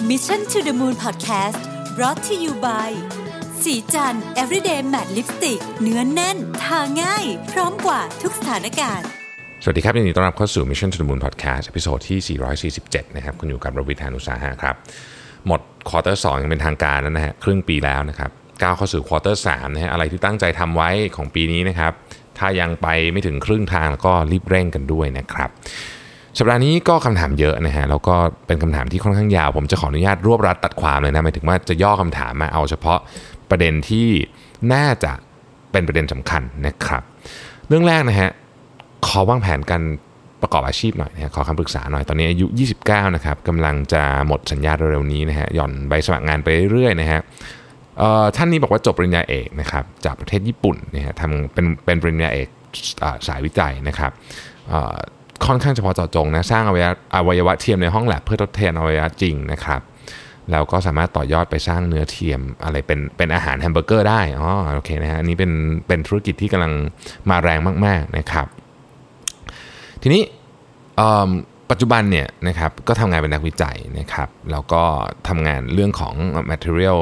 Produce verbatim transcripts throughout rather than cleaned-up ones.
Mission to the Moon Podcast brought to you by สีจัน Everyday Matte Lipstick เนื้อนแน่นทาง่ายพร้อมกว่าทุกสถานการณ์สวัสดีครับยินดีต้อนรับเข้าสู่ Mission to the Moon Podcast ตอนที่สี่ร้อยสี่สิบเจ็ดนะครับคุณอยู่กับรวิทย์ หาญอุตสาหะครับหมดควอเตอร์สองยังเป็นทางการแล้วนะฮะครึ่งปีแล้วนะครับก้าวเข้าสู่ควอเตอร์สามนะฮะอะไรที่ตั้งใจทำไว้ของปีนี้นะครับถ้ายังไปไม่ถึงครึ่งทางแล้วก็รีบเร่งกันด้วยนะครับสัปดาห์นี้ก็คำถามเยอะนะฮะแล้วก็เป็นคำถามที่ค่อนข้างยาวผมจะขออนุญาตรวบรัดตัดความเลยนะหมายถึงว่าจะย่อคำถามมาเอาเฉพาะประเด็นที่น่าจะเป็นประเด็นสำคัญนะครับเรื่องแรกนะฮะขอวางแผนการประกอบอาชีพหน่อยนะขอคำปรึกษาหน่อยตอนนี้อายุยี่สิบเก้านะครับกำลังจะหมดสัญญาเร็วๆนี้นะฮะหย่อนใบสมัครงานไปเรื่อยๆนะฮะท่านนี้บอกว่าจบปริญญาเอกนะครับจากประเทศญี่ปุ่นนะฮะทำเป็นเป็นปริญญาเอกสายวิจัยนะครับค่อนข้างเฉพาะเจาะจงนะสร้างอวัยวะอวัยวะเทียมในห้องแลบเพื่อทดแทนอวัยวะจริงนะครับแล้วก็สามารถต่อยอดไปสร้างเนื้อเทียมอะไรเป็นเป็นอาหารแฮมเบอร์เกอร์ได้อ๋อโอเคนะฮะอันนี้เป็นเป็นธุรกิจที่กำลังมาแรงมากๆนะครับทีนี้ปัจจุบันเนี่ยนะครับก็ทำงานเป็นนักวิจัยนะครับแล้วก็ทำงานเรื่องของ material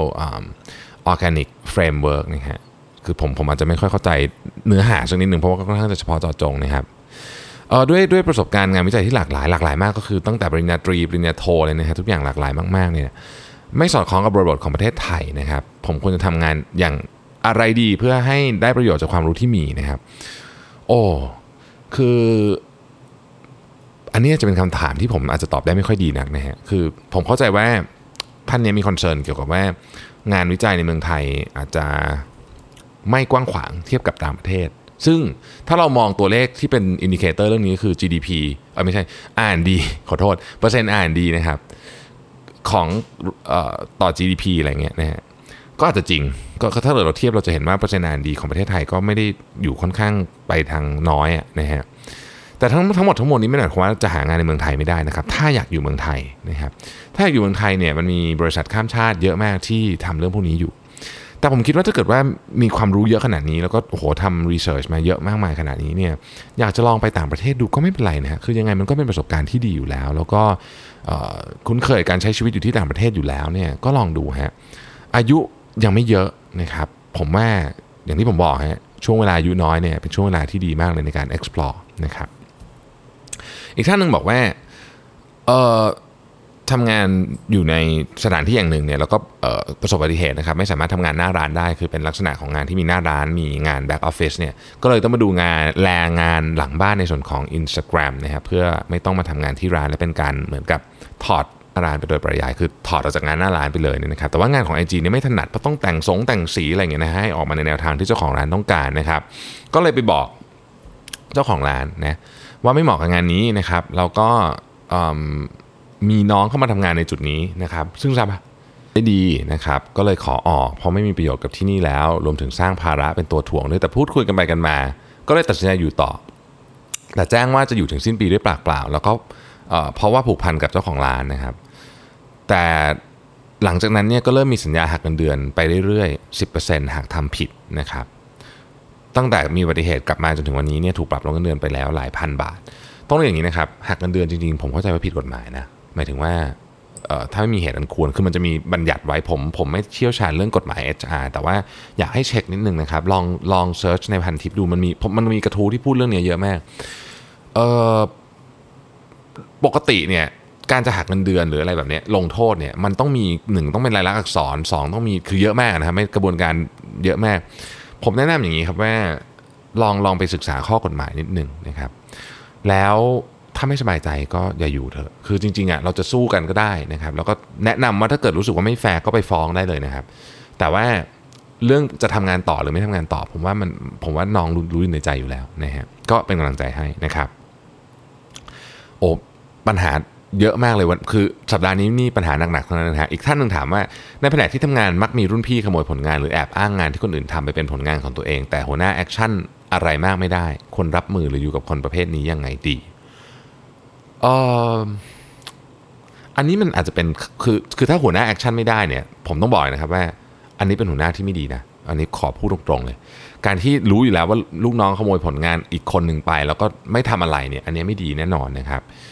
organic framework นะฮะคือผมผมอาจจะไม่ค่อยเข้าใจเนื้อหาสักนิดหนึ่งเพราะว่าค่อนข้างจะเฉพาะเจาะจงนะครับเอ่อด้วยด้วยประสบการณ์งานวิจัยที่หลากหลายหลากหลายมากก็คือตั้งแต่ปริญญาตรีปริญญาโทเลยนะฮะทุกอย่างหลากหลายมากๆเนี่ยไม่สอดคล้องกับบริบทของประเทศไทยนะครับผมควรจะทำงานอย่างอะไรดีเพื่อให้ได้ประโยชน์จากความรู้ที่มีนะครับโอ้คืออันนี้จะเป็นคำถามที่ผมอาจจะตอบได้ไม่ค่อยดีนักนะฮะคือผมเข้าใจว่าท่านนี้มีคอนเซิร์นเกี่ยวกับว่างานวิจัยในเมืองไทยอาจจะไม่กว้างขวางเทียบกับต่างประเทศซึ่งถ้าเรามองตัวเลขที่เป็นอินดิเคเตอร์เรื่องนี้คือ จี ดี พี เออไม่ใช่ อาร์ แอนด์ ดี ขอโทษเปอร์เซ็นต์ อาร์ แอนด์ ดี นะครับของเอ่อต่อ จี ดี พี อะไรเงี้ยนะฮะก็อาจจะจริงก็ถ้าเราเทียบเราจะเห็นว่าเปอร์เซ็นต์ อาร์ แอนด์ ดี ของประเทศไทยก็ไม่ได้อยู่ค่อนข้างไปทางน้อยนะฮะแต่ทั้งทั้งหมดทั้งมวลนี้ไม่ได้หมายความว่าจะหางานในเมืองไทยไม่ได้นะครับถ้าอยากอยู่เมืองไทยนะครับถ้าอยากอยู่เมืองไทยเนี่ยมันมีบริษัทข้ามชาติเยอะมากที่ทำเรื่องพวกนี้อยู่แต่ผมคิดว่าถ้าเกิดว่ามีความรู้เยอะขนาดนี้แล้วก็โอ้โหทำรีเสิร์ชมาเยอะมากมายขนาดนี้เนี่ยอยากจะลองไปต่างประเทศดูก็ไม่เป็นไรนะฮะคือยังไงมันก็เป็นประสบการณ์ที่ดีอยู่แล้วแล้วก็คุ้นเคยการใช้ชีวิตอยู่ที่ต่างประเทศอยู่แล้วเนี่ยก็ลองดูฮะอายุยังไม่เยอะนะครับผมว่าอย่างที่ผมบอกฮะช่วงเวลาอายุน้อยเนี่ยเป็นช่วงเวลาที่ดีมากเลยในการ explore นะครับอีกท่านนึงบอกว่าเอ่อทำงานอยู่ในสถานที่อย่างหนึ่งเนี่ยแล้วก็ประสบอุบัติเหตุนะครับไม่สามารถทำงานหน้าร้านได้คือเป็นลักษณะของงานที่มีหน้าร้านมีงานแบ็กออฟฟิศเนี่ยก็เลยต้องมาดูงานแลงานหลังบ้านในส่วนของ Instagram นะครับเพื่อไม่ต้องมาทำงานที่ร้านและเป็นการเหมือนกับถอดร้านไปโดยปริยายคือถอดออกจากงานหน้าร้านไปเลยเนี่ยนะครับแต่ว่างานของ ไอ จี เนี่ยไม่ถนัดเพราะต้องแต่งสงแต่งสีอะไรอย่างเงี้ยนะให้ออกมาในแนวทางที่เจ้าของร้านต้องการนะครับก็เลยไปบอกเจ้าของร้านนะว่าไม่เหมาะกับงานนี้นะครับแล้วก็มีน้องเข้ามาทำงานในจุดนี้นะครับซึ่งทราบได้ดีนะครับก็เลยขอออกเพราะไม่มีประโยชน์กับที่นี่แล้วรวมถึงสร้างภาระเป็นตัวถ่วงด้วยแต่พูดคุยกันไปกันมาก็เลยตัดสินใจอยู่ต่อแต่แจ้งว่าจะอยู่ถึงสิ้นปีด้วยปากเปล่าแล้วก็เพราะว่าผูกพันกับเจ้าของร้านนะครับแต่หลังจากนั้นเนี่ยก็เริ่มมีสัญญาหักเงินเดือนไปเรื่อยๆ สิบเปอร์เซ็นต์ หากทำผิดนะครับตั้งแต่มีอุบัติเหตุกลับมาจนถึงวันนี้เนี่ยถูกปรับลดเงินเดือนไปแล้วหลายพันบาทต้องเรียนอย่างนี้นะครับหักเงินเดือนจริงๆผมเข้าใจว่าผิดกฎหมายนะหมายถึงว่าถ้าไม่มีเหตุอันควรคือมันจะมีบัญญัติไว้ผมผมไม่เชี่ยวชาญเรื่องกฎหมาย เอช อาร์ แต่ว่าอยากให้เช็คนิดนึงนะครับลองลองเซิร์ชในพันทิปดูมันมีมันมีกระทู้ที่พูดเรื่องนี้เยอะมากเอ่อปกติเนี่ยการจะหักเงินเดือนหรืออะไรแบบนี้ลงโทษเนี่ยมันต้องมีหนึ่งต้องเป็นลายลักษณ์อักษรสองต้องมีคือเยอะมากนะครับไม่กระบวนการเยอะมากผมแนะนำอย่างนี้ครับว่าลองลองไปศึกษาข้อกฎหมายนิดนึงนะครับแล้วถ้าไม่สบายใจก็อย่าอยู่เถอะคือจริงๆอ่ะเราจะสู้กันก็ได้นะครับแล้วก็แนะนำว่าถ้าเกิดรู้สึกว่าไม่แฟร์ก็ไปฟ้องได้เลยนะครับแต่ว่าเรื่องจะทำงานต่อหรือไม่ทำงานต่อผมว่ามันผมว่าน้องรู้รู้ในใจอยู่แล้วนะฮะก็เป็นกำลังใจให้นะครับโอ้ปัญหาเยอะมากเลยวันคือสัปดาห์นี้นี่ปัญหาหนักๆทั้งนั้นนะฮะอีกท่านนึงถามว่าในแผนกที่ทำงานมักมีรุ่นพี่ขโมยผลงานหรือแอบอ้างงานที่คนอื่นทำไปเป็นผลงานของตัวเองแต่หัวหน้าแอคชั่นอะไรมากไม่ได้คนรับมือหรืออยู่กับคนประเภทนี้ยังไงดีเอ่ออันนี้มันอาจจะเป็นคือคือถ้าหัวหน้าแอคชั่นไม่ได้เนี่ยผมต้องบอกนะครับว่าอันนี้เป็นหัวหน้าที่ไม่ดีนะอันนี้ขอพูดตรงๆเลยการที่รู้อยู่แล้วว่าลูกน้องขโมยผลงานอีกคนหนึ่งไปแล้วก็ไม่ทำอะไรเนี่ยอันนี้ไม่ดีแน่นอนนะครับ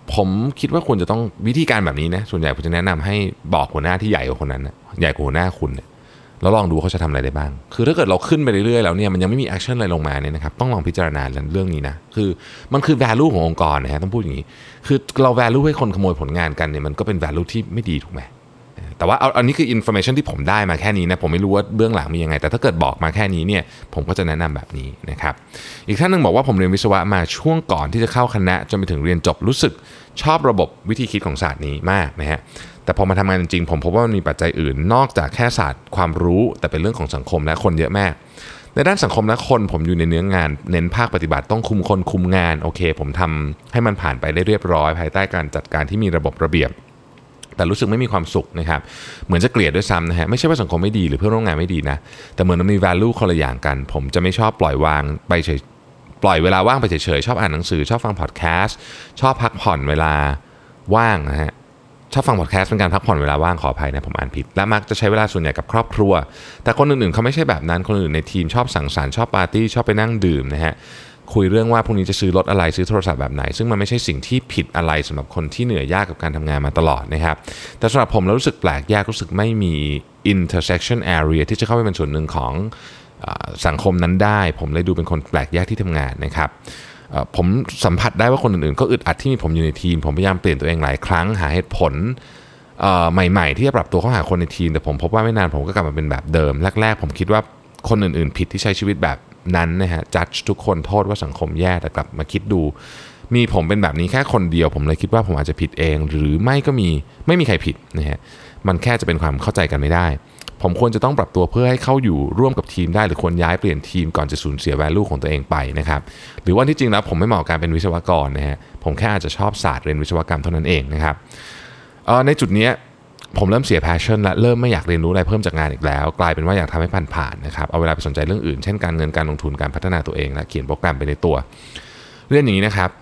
ผมคิดว่าควรจะต้องวิธีการแบบนี้นะส่วนใหญ่ผมจะแนะนำให้บอกหัวหน้าที่ใหญ่กว่าคนนั้นนะใหญ่กว่าหัวหน้าคุณเนี่ยแล้วลองดูเขาจะทำอะไรได้บ้างคือถ้าเกิดเราขึ้นไปเรื่อยๆแล้วเนี่ยมันยังไม่มีแอคชั่นอะไรลงมาเนี่ยนะครับต้องลองพิจารณาเรื่องนี้นะคือมันคือ value ขององค์กรนะฮะต้องพูดอย่างนี้คือเรา value ให้คนขโมยผลงานกันเนี่ยมันก็เป็น value ที่ไม่ดีถูกไหมแต่ว่าเอาอันนี้คือ information ที่ผมได้มาแค่นี้นะผมไม่รู้ว่าเบื้องหลังมียังไงแต่ถ้าเกิดบอกมาแค่นี้เนี่ยผมก็จะแนะนำแบบนี้นะครับอีกท่านนึงบอกว่าผมเรียนวิศวะมาช่วงก่อนที่จะเข้าคณะจนไปถึงเรียนจบรู้สึกชอบระบบวิธีคิดของศาสตร์นี้มากนะฮะแต่พอมาทำงานจริงๆผมพบว่ามันมีปัจจัยอื่นนอกจากแค่ศาสตร์ความรู้แต่เป็นเรื่องของสังคมและคนเยอะมากในด้านสังคมและคนผมอยู่ในเนื้องานเน้นภาคปฏิบัติต้องคุมคนคุมงานโอเคผมทำให้มันผ่านไปได้เรียบร้อยภายใต้การจัดการที่มีระบบระเบียบแต่รู้สึกไม่มีความสุขนะครับเหมือนจะเกลียดด้วยซ้ำนะฮะไม่ใช่ว่าสังคมไม่ดีหรือเพื่อนร่วมงานไม่ดีนะแต่เหมือนมันมี value คนละอย่างกันผมจะไม่ชอบปล่อยวางไปเฉยปล่อยเวลาว่างไปเฉยๆชอบอ่านหนังสือชอบฟังพอดแคสต์ชอบพักผ่อนเวลาว่างนะฮะชอบฟังพอดแคสต์เป็นการพักผ่อนเวลาว่างขออภัยนะผมอ่านผิดและมักจะใช้เวลาส่วนใหญ่กับครอบครัวแต่คนอื่นๆเขาไม่ใช่แบบนั้นคนอื่นในทีมชอบสังสรรค์ชอบปาร์ตี้ชอบไปนั่งดื่มนะฮะคุยเรื่องว่าพรุ่งนี้จะซื้อรถอะไรซื้อโทรศัพท์แบบไหนซึ่งมันไม่ใช่สิ่งที่ผิดอะไรสำหรับคนที่เหนื่อยยากกับการทำงานมาตลอดนะครับแต่สำหรับผมแล้วรู้สึกแปลกแยกรู้สึกไม่มี intersection area ที่จะเข้าไปเป็นส่วนหนึ่งของสังคมนั้นได้ผมเลยดูเป็นคนแปลกแยกที่ทำงานนะครับผมสัมผัสได้ว่าคนอื่นๆก็อึดอัดที่มีผมอยู่ในทีมผมพยายามเปลี่ยนตัวเองหลายครั้งหาเหตุผลใหม่ๆที่จะปรับตัวเข้าหาคนในทีมแต่ผมพบว่าไม่นานผมก็กลับมาเป็นแบบเดิมแรกๆผมคิดว่าคนอื่นๆผิดที่ใช้ชีวิตแบบนั้นนะฮะจัดทุกคนโทษว่าสังคมแย่แต่กลับมาคิดดูมีผมเป็นแบบนี้แค่คนเดียวผมเลยคิดว่าผมอาจจะผิดเองหรือไม่ก็มีไม่มีใครผิดนะฮะมันแค่จะเป็นความเข้าใจกันไม่ได้ผมควรจะต้องปรับตัวเพื่อให้เข้าอยู่ร่วมกับทีมได้หรือควรย้ายเปลี่ยนทีมก่อนจะสูญเสีย value ของตัวเองไปนะครับหรือว่าที่จริงแล้วผมไม่เหมาะกับการเป็นวิศวกรนะฮะผมแค่อาจจะชอบศาสตร์เรียนวิศวกรรมเท่านั้นเองนะครับในจุดนี้ผมเริ่มเสีย passion และเริ่มไม่อยากเรียนรู้อะไรเพิ่มจากงานอีกแล้วกลายเป็นว่าอยากทำให้ผ่านๆนะครับเอาเวลาไปสนใจเรื่องอื่นเช่นการเงินการลงทุนการพัฒนาตัวเองและเขียนโปรแกรมไปในตัวเรื่องอย่างนี้นะครับ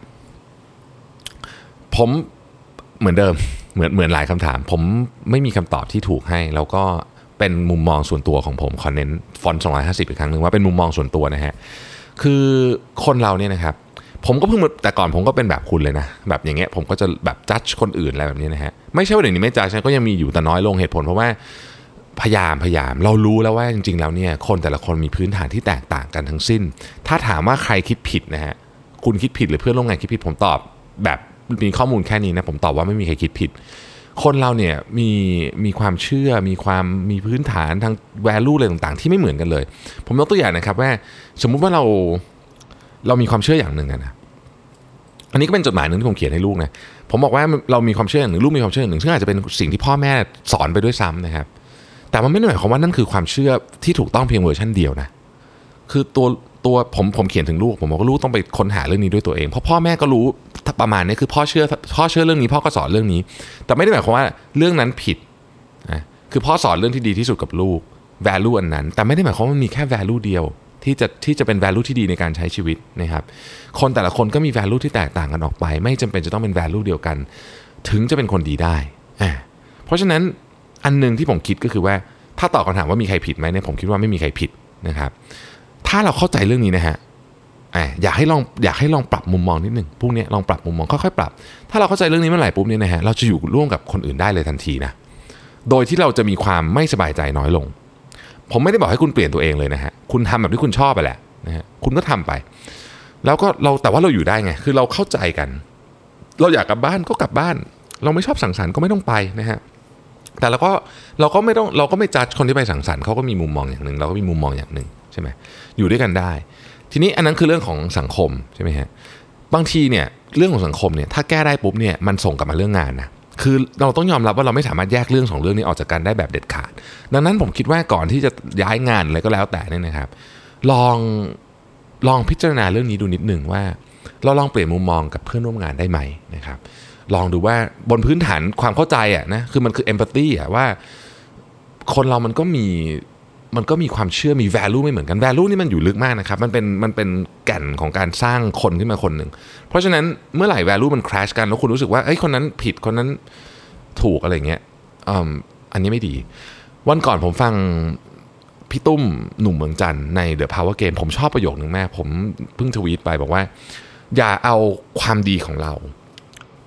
ผมเหมือนเดิมเหมือนเหมือนหลายคำถามผมไม่มีคำตอบที่ถูกให้แล้วก็เป็นมุมมองส่วนตัวของผมขอเน้นฟอนต์สองร้อยห้าสิบอีกครั้งนึงว่าเป็นมุมมองส่วนตัวนะฮะคือคนเราเนี่ยนะครับผมก็เพิ่งแต่ก่อนผมก็เป็นแบบคุณเลยนะแบบอย่างเงี้ยผมก็จะแบบจัดคนอื่นอะไรแบบนี้นะฮะไม่ใช่ว่าเดี๋ยวนี้ไม่จัดฉันก็ยังมีอยู่แต่น้อยลงเหตุผลเพราะว่าพยายามพยายามเรารู้แล้วว่าจริงๆแล้วเนี่ยคนแต่ละคนมีพื้นฐานที่แตกต่างกันทั้งสิ้นถ้าถามว่าใครคิดผิดนะฮะคุณคิดผิดหรือเพื่อนร่วมงานคิดผิดผมตอบแบบมีข้อมูลแค่นี้นะผมตอบว่าไม่มีใครคิดผิดคนเราเนี่ยมีมีความเชื่อมีความมีพื้นฐานทาง value อะไรต่างๆที่ไม่เหมือนกันเลยผมยกตัวอย่างนะครับว่าสมมุติว่าเราเรามีความเชื่ออย่างหนึ่งนะอันนี้ก็เป็นจดหมายนึงที่ผมเขียนให้ลูกนะผมบอกว่าเรามีความเชื่ออย่างหนึ่งลูกมีความเชื่ออย่างหนึ่งซึ่งอาจจะเป็นสิ่งที่พ่อแม่สอนไปด้วยซ้ำนะครับแต่มันไม่ได้หมายความว่านั่นคือความเชื่อที่ถูกต้องเพียงเวอร์ชันเดียวนะคือตัวตัวผมผมเขียนถึงลูกผมบอกว่าลูกต้องไปค้นหาเรื่องนี้ด้วยตัวเองเพราะพ่อแม่ก็รู้ประมาณนี้คือพ่อเชื่อพ่อเชื่อเรื่องนี้พ่อก็สอนเรื่องนี้แต่ไม่ได้หมายความว่าเรื่องนั้นผิดนะคือพ่อสอนเรื่องที่ดีที่สุดกับลูก value อันนั้นแต่ไม่ได้หมายความว่ามันมีแค่ value เดียวที่จะที่จะเป็น value ที่ดีในการใช้ชีวิตนะครับคนแต่ละคนก็มี value ที่แตกต่างกันออกไปไม่จำเป็นจะต้องเป็น value เดียวกันถึงจะเป็นคนดีได้เพราะฉะนั้นอันนึงที่ผมคิดก็คือว่าถ้าตอบคำถามว่ามีใครผิดไหมเนี่ยผมคิดว่าไม่มีใครผิดนะครับถ้าเราเข้าใจเรื่องนี้นะฮะอยากให้ลองอยากให้ลองปรับมุมมองนิดหนึ่งพวกนี้ลองปรับมุมมองค่อยๆปรับถ้าเราเข้าใจเรื่องนี้เมื่อไหร่ปุ๊บเนี่ยนะฮะเราจะอยู่ร่วมกับคนอื่นได้เลยทันทีนะโดยที่เราจะมีความไม่สบายใจน้อยลงผมไม่ได้บอกให้คุณเปลี่ยนตัวเองเลยนะฮะคุณทำแบบที่คุณชอบไปแหละนะฮะคุณก็ทำไปแล้วก็เราแต่ว่าเราอยู่ได้ไงคือเราเข้าใจกันเราอยากกลับบ้านก็กลับบ้านเราไม่ชอบสังสรรค์ก็ไม่ต้องไปนะฮะแต่เราก็เราก็ไม่ต้องเราก็ไม่จัดคนที่ไปสังสรรค์เขาก็มีมุมมองอย่างหนึ่งเราก็มีมุมมองอย่างหนึ่งใช่ไหมอยู่ด้วยกันได้ทีนี้อันนั้นคือเรื่องของสังคมใช่ไหมฮะบางทีเนี่ยเรื่องของสังคมเนี่ยถ้าแก้ได้ปุ๊บเนี่ยมันส่งกลับมาเรื่องงานนะคือเราต้องยอมรับว่าเราไม่สามารถแยกเรื่องสองเรื่องนี้ออกจากกันได้แบบเด็ดขาดดังนั้นผมคิดว่าก่อนที่จะย้ายงานอะไรก็แล้วแต่เนี่ยนะครับลองลองพิจารณาเรื่องนี้ดูนิดนึงว่าเราลองเปลี่ยนมุมมองกับเพื่อนร่วมงานได้ไหมนะครับลองดูว่าบนพื้นฐานความเข้าใจอ่ะนะคือมันคือ empathy อ่ะว่าคนเรามันก็มีมันก็มีความเชื่อมี value ไม่เหมือนกัน value นี่มันอยู่ลึกมากนะครับมันเป็นมันเป็นแก่นของการสร้างคนขึ้นมาคนหนึ่งเพราะฉะนั้นเมื่อไหร่ value มัน crash กันแล้วคุณรู้สึกว่าเอ้ยคนนั้นผิดคนนั้นถูกอะไรเงี้ยอืมอันนี้ไม่ดีวันก่อนผมฟังพี่ตุ้มหนุ่มเมืองจันทร์ใน The Power Game ผมชอบประโยคนึงแม่ผมเพิ่งทวีตไปบอกว่าอย่าเอาความดีของเราไป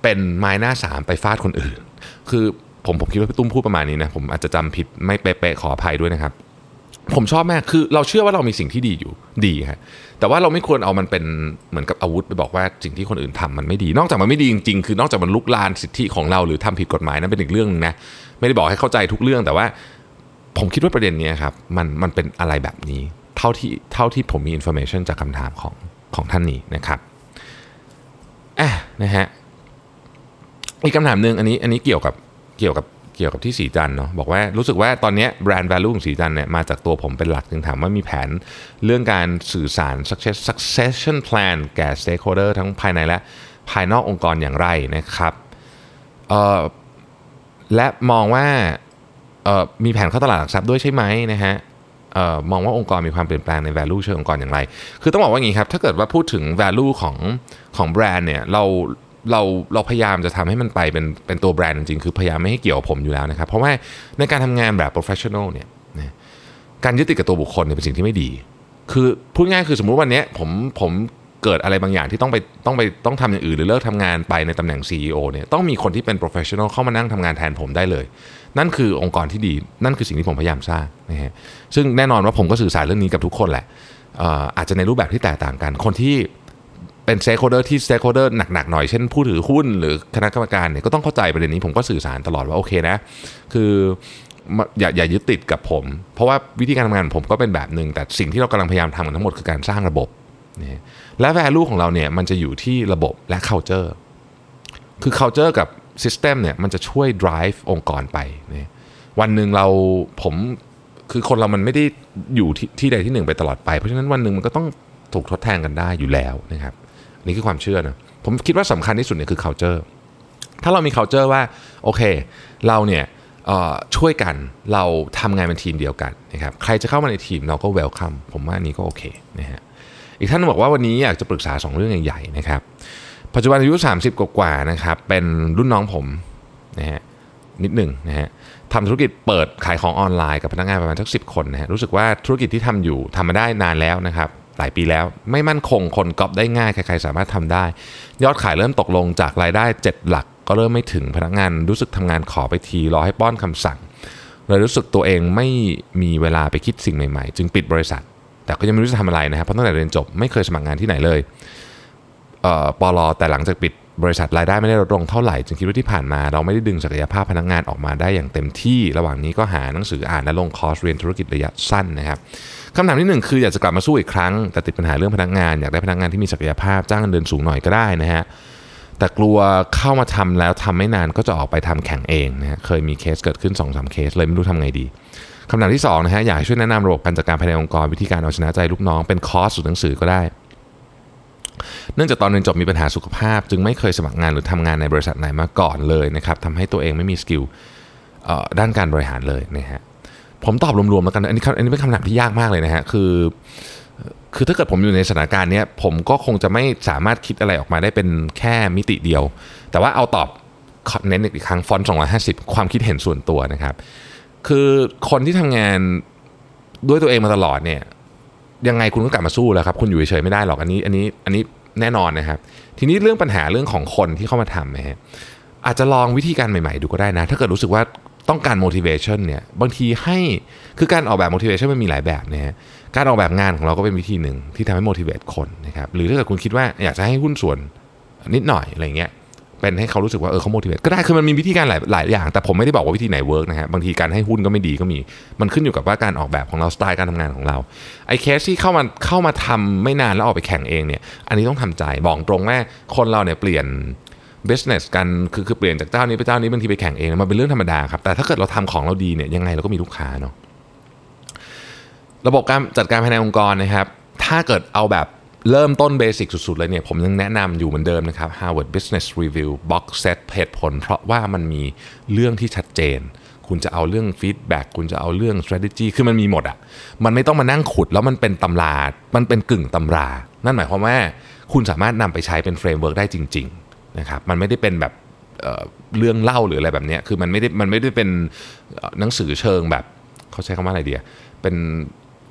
เป็นไม้หน้าสามไปฟาดคนอื่นคือผมผมคิดว่าพี่ตุ้มพูดประมาณนี้นะผมอาจจะจำผิดไม่เป๊ะๆขออภัยด้วยนะครับผมชอบมากคือเราเชื่อว่าเรามีสิ่งที่ดีอยู่ดีฮะแต่ว่าเราไม่ควรเอามันเป็นเหมือนกับอาวุธไปบอกว่าสิ่งที่คนอื่นทำมันไม่ดีนอกจากมันไม่ดีจริงๆคือนอกจากมันลุกลานสิทธิของเราหรือทำผิดกฎหมายนั้นเป็นอีกเรื่องนึงนะไม่ได้บอกให้เข้าใจทุกเรื่องแต่ว่าผมคิดว่าประเด็นนี้ครับมันมันเป็นอะไรแบบนี้เท่าที่เท่าที่ผมมีอินโฟเมชันจากคำถามของของท่านนี้นะครับอ่ะนะฮะอีกคำถามนึงอันนี้อันนี้เกี่ยวกับเกี่ยวกับเกี่ยวกับที่สีจันเนาะบอกว่ารู้สึกว่าตอนนี้แบรนด์ value ของสีจันเนี่ยมาจากตัวผมเป็นหลักจึงถามว่ามีแผนเรื่องการสื่อสาร succession plan แก่ stakeholder ทั้งภายในและภายนอกองค์กรอย่างไรนะครับเอ่อและมองว่าเอ่อมีแผนเข้าตลาดหลักทรัพย์ด้วยใช่ไหมนะฮะเอ่อมองว่าองค์กรมีความเปลี่ยนแปลงใน value เชิงองค์กรอย่างไรคือต้องบอกว่าอย่างนี้ครับถ้าเกิดว่าพูดถึง value ของของแบรนด์เนี่ยเราเราเราพยายามจะทำให้มันไปเป็นเป็นตัวแบรนด์จริงๆคือพยายามไม่ให้เกี่ยวกับผมอยู่แล้วนะครับเพราะว่าในการทำงานแบบ professional เนี่ยการยึดติดกับตัวบุคคลเนี่ยเป็นสิ่งที่ไม่ดีคือพูดง่ายคือสมมุติวันนี้ผมผมเกิดอะไรบางอย่างที่ต้องไปต้องไปต้องทำอย่างอื่นหรือเลิกทำงานไปในตำแหน่ง ซี อี โอ เนี่ยต้องมีคนที่เป็น professional เข้ามานั่งทำงานแทนผมได้เลยนั่นคือองค์กรที่ดีนั่นคือสิ่งที่ผมพยายามสร้างนะฮะซึ่งแน่นอนว่าผมก็สื่อสารเรื่องนี้กับทุกคนแหละอาจจะในรูปแบบที่แตกต่างกันคนที่เป็น stakeholder ที่ stakeholder หนักๆหน่อยเช่นผู้ถือหุ้นหรือคณะกรรมการเนี่ยก็ต้องเข้าใจประเด็นนี้ผมก็สื่อสารตลอดว่าโอเคนะคืออย่าอย่ายึดติดกับผมเพราะว่าวิธีการทำงานผมก็เป็นแบบนึงแต่สิ่งที่เรากำลังพยายามทำกันทั้งหมดคือการสร้างระบบนะและ value ของเราเนี่ยมันจะอยู่ที่ระบบและ culture คือ culture กับ system เนี่ยมันจะช่วย drive องค์กรไปนะวันนึงเราผมคือคนเรามันไม่ได้อยู่ที่ที่ใดที่หนึ่งไปตลอดไปเพราะฉะนั้นวันนึงมันก็ต้องถูกทดแทนกันได้อยู่แล้วนะครับนี่คือความเชื่อนะผมคิดว่าสำคัญที่สุดเนี่ยคือ culture ถ้าเรามี culture ว่าโอเคเราเนี่ยช่วยกันเราทำงานเป็นทีมเดียวกันนะครับใครจะเข้ามาในทีมเราก็ welcome ผมว่านี้ก็โอเคนะฮะอีกท่านบอกว่าวันนี้อยากจะปรึกษาสองเรื่องใหญ่ๆนะครับปัจจุบันอายุสามสิบกว่าๆนะครับเป็นรุ่นน้องผมนะฮะนิดหนึ่งนะฮะทำธุรกิจเปิดขายของออนไลน์กับพนักงานประมาณสักสิบคนนะฮะรู้สึกว่าธุรกิจที่ทำอยู่ทำมาได้นานแล้วนะครับหลายปีแล้วไม่มั่นคงคนก๊อปได้ง่ายใครๆสามารถทำได้ยอดขายเริ่มตกลงจากรายได้เจ็ดหลักก็เริ่มไม่ถึงพนักงานรู้สึกทำงานขอไปทีรอให้ป้อนคำสั่งเลยรู้สึกตัวเองไม่มีเวลาไปคิดสิ่งใหม่ๆจึงปิดบริษัทแต่ก็ยังไม่รู้จะทำอะไรนะครับเพราะตั้งแต่เรียนจบไม่เคยสมัครงานที่ไหนเลยเอ่อปลแต่หลังจากปิดบริษัทรายได้ไม่ได้ลดลงเท่าไหร่จึงคิดว่าที่ผ่านมาเราไม่ได้ดึงศักยภาพพนักงานออกมาได้อย่างเต็มที่ระหว่างนี้ก็หาหนังสืออ่านและลงคอร์สเรียนธุรกิจระยะสั้นนะครับคำถามที่หนึ่งคืออยากจะกลับมาสู้อีกครั้งแต่ติดปัญหาเรื่องพนักงานอยากได้พนักงานที่มีศักยภาพจ้างเงินเดือนสูงหน่อยก็ได้นะฮะแต่กลัวเข้ามาทำแล้วทำไม่นานก็จะออกไปทำแข่งเองนะฮะเคยมีเคสเกิดขึ้น สองสาม เคสเลยไม่รู้ทำไงดีคำถามที่สองนะฮะอยากช่วยแนะนำระบบการจัดการภายในองค์กรวิธีการเอาชนะใจลูกน้องเป็นคอร์สหรือหนังสือก็ได้เนื่องจากตอนเรียนจบมีปัญหาสุขภาพจึงไม่เคยสมัครงานหรือทำงานในบริษัทไหนมาก่อนเลยนะครับทำให้ตัวเองไม่มีสกิลด้านการบริหารเลยนะฮะผมตอบรวมๆแล้วกันอันนี้อันนี้เป็นคำถามที่ยากมากเลยนะฮะคือคือถ้าเกิดผมอยู่ในสถานการณ์นี้ผมก็คงจะไม่สามารถคิดอะไรออกมาได้เป็นแค่มิติเดียวแต่ว่าเอาตอบเน้นอีกครั้งฟอนต์สองร้อยห้าสิบความคิดเห็นส่วนตัวนะครับคือคนที่ทำงานด้วยตัวเองมาตลอดเนี่ยยังไงคุณก็กลับมาสู้แล้วครับคุณอยู่เฉยๆไม่ได้หรอกอันนี้อันนี้อันนี้แน่นอนนะครับทีนี้เรื่องปัญหาเรื่องของคนที่เข้ามาทำนะฮะอาจจะลองวิธีการใหม่ๆดูก็ได้นะถ้าเกิดรู้สึกว่าต้องการ motivation เนี่ยบางทีให้คือการออกแบบ motivation มันมีหลายแบบนะฮะการออกแบบงานของเราก็เป็นวิธีหนึ่งที่ทำให้ motivate คนนะครับหรือถ้าเกิดคุณคิดว่าอยากจะให้หุ้นส่วนนิดหน่อยอะไรเงี้ยเป็นให้เขารู้สึกว่าเออเขา motivate ก็ได้คือมันมีวิธีการหลายหลายอย่างแต่ผมไม่ได้บอกว่าวิธีไหนเวิร์กนะฮะบางทีการให้หุ้นก็ไม่ดีก็มีมันขึ้นอยู่กับว่าการออกแบบของเราสไตล์การทำงานของเราไอ้เคสที่เข้ามาเข้ามาทำไม่นานแล้วออกไปแข่งเองเนี่ยอันนี้ต้องทำใจบอกตรงว่าคนเราเนี่ยเปลี่ยนbusiness กันคือคือเปลี่ยนจากเจ้านี้ไปเจ้านี้บางทีไปแข่งเองมันเป็นเรื่องธรรมดาครับแต่ถ้าเกิดเราทำของเราดีเนี่ยยังไงเราก็มีลูกค้าเนาะระบบการจัดการภายในองค์กรนะครับถ้าเกิดเอาแบบเริ่มต้นเบสิกสุดๆเลยเนี่ยผมยังแนะนำอยู่เหมือนเดิมนะครับ Harvard Business Review Box Set เหตุผลเพราะว่ามันมีเรื่องที่ชัดเจนคุณจะเอาเรื่อง feedback คุณจะเอาเรื่อง strategy คือมันมีหมดอ่ะมันไม่ต้องมานั่งขุดแล้วมันเป็นตำรามันเป็นกึ่งตำรานั่นหมายความว่าคุณสามารถนำไปใช้เป็นเฟรมเวิร์กได้จริงๆนะครับมันไม่ได้เป็นแบบ เอ่อ เรื่องเล่าหรืออะไรแบบนี้คือมันไม่ได้มันไม่ได้เป็นหนังสือเชิงแบบเขาใช้คำว่าอะไรดีเป็น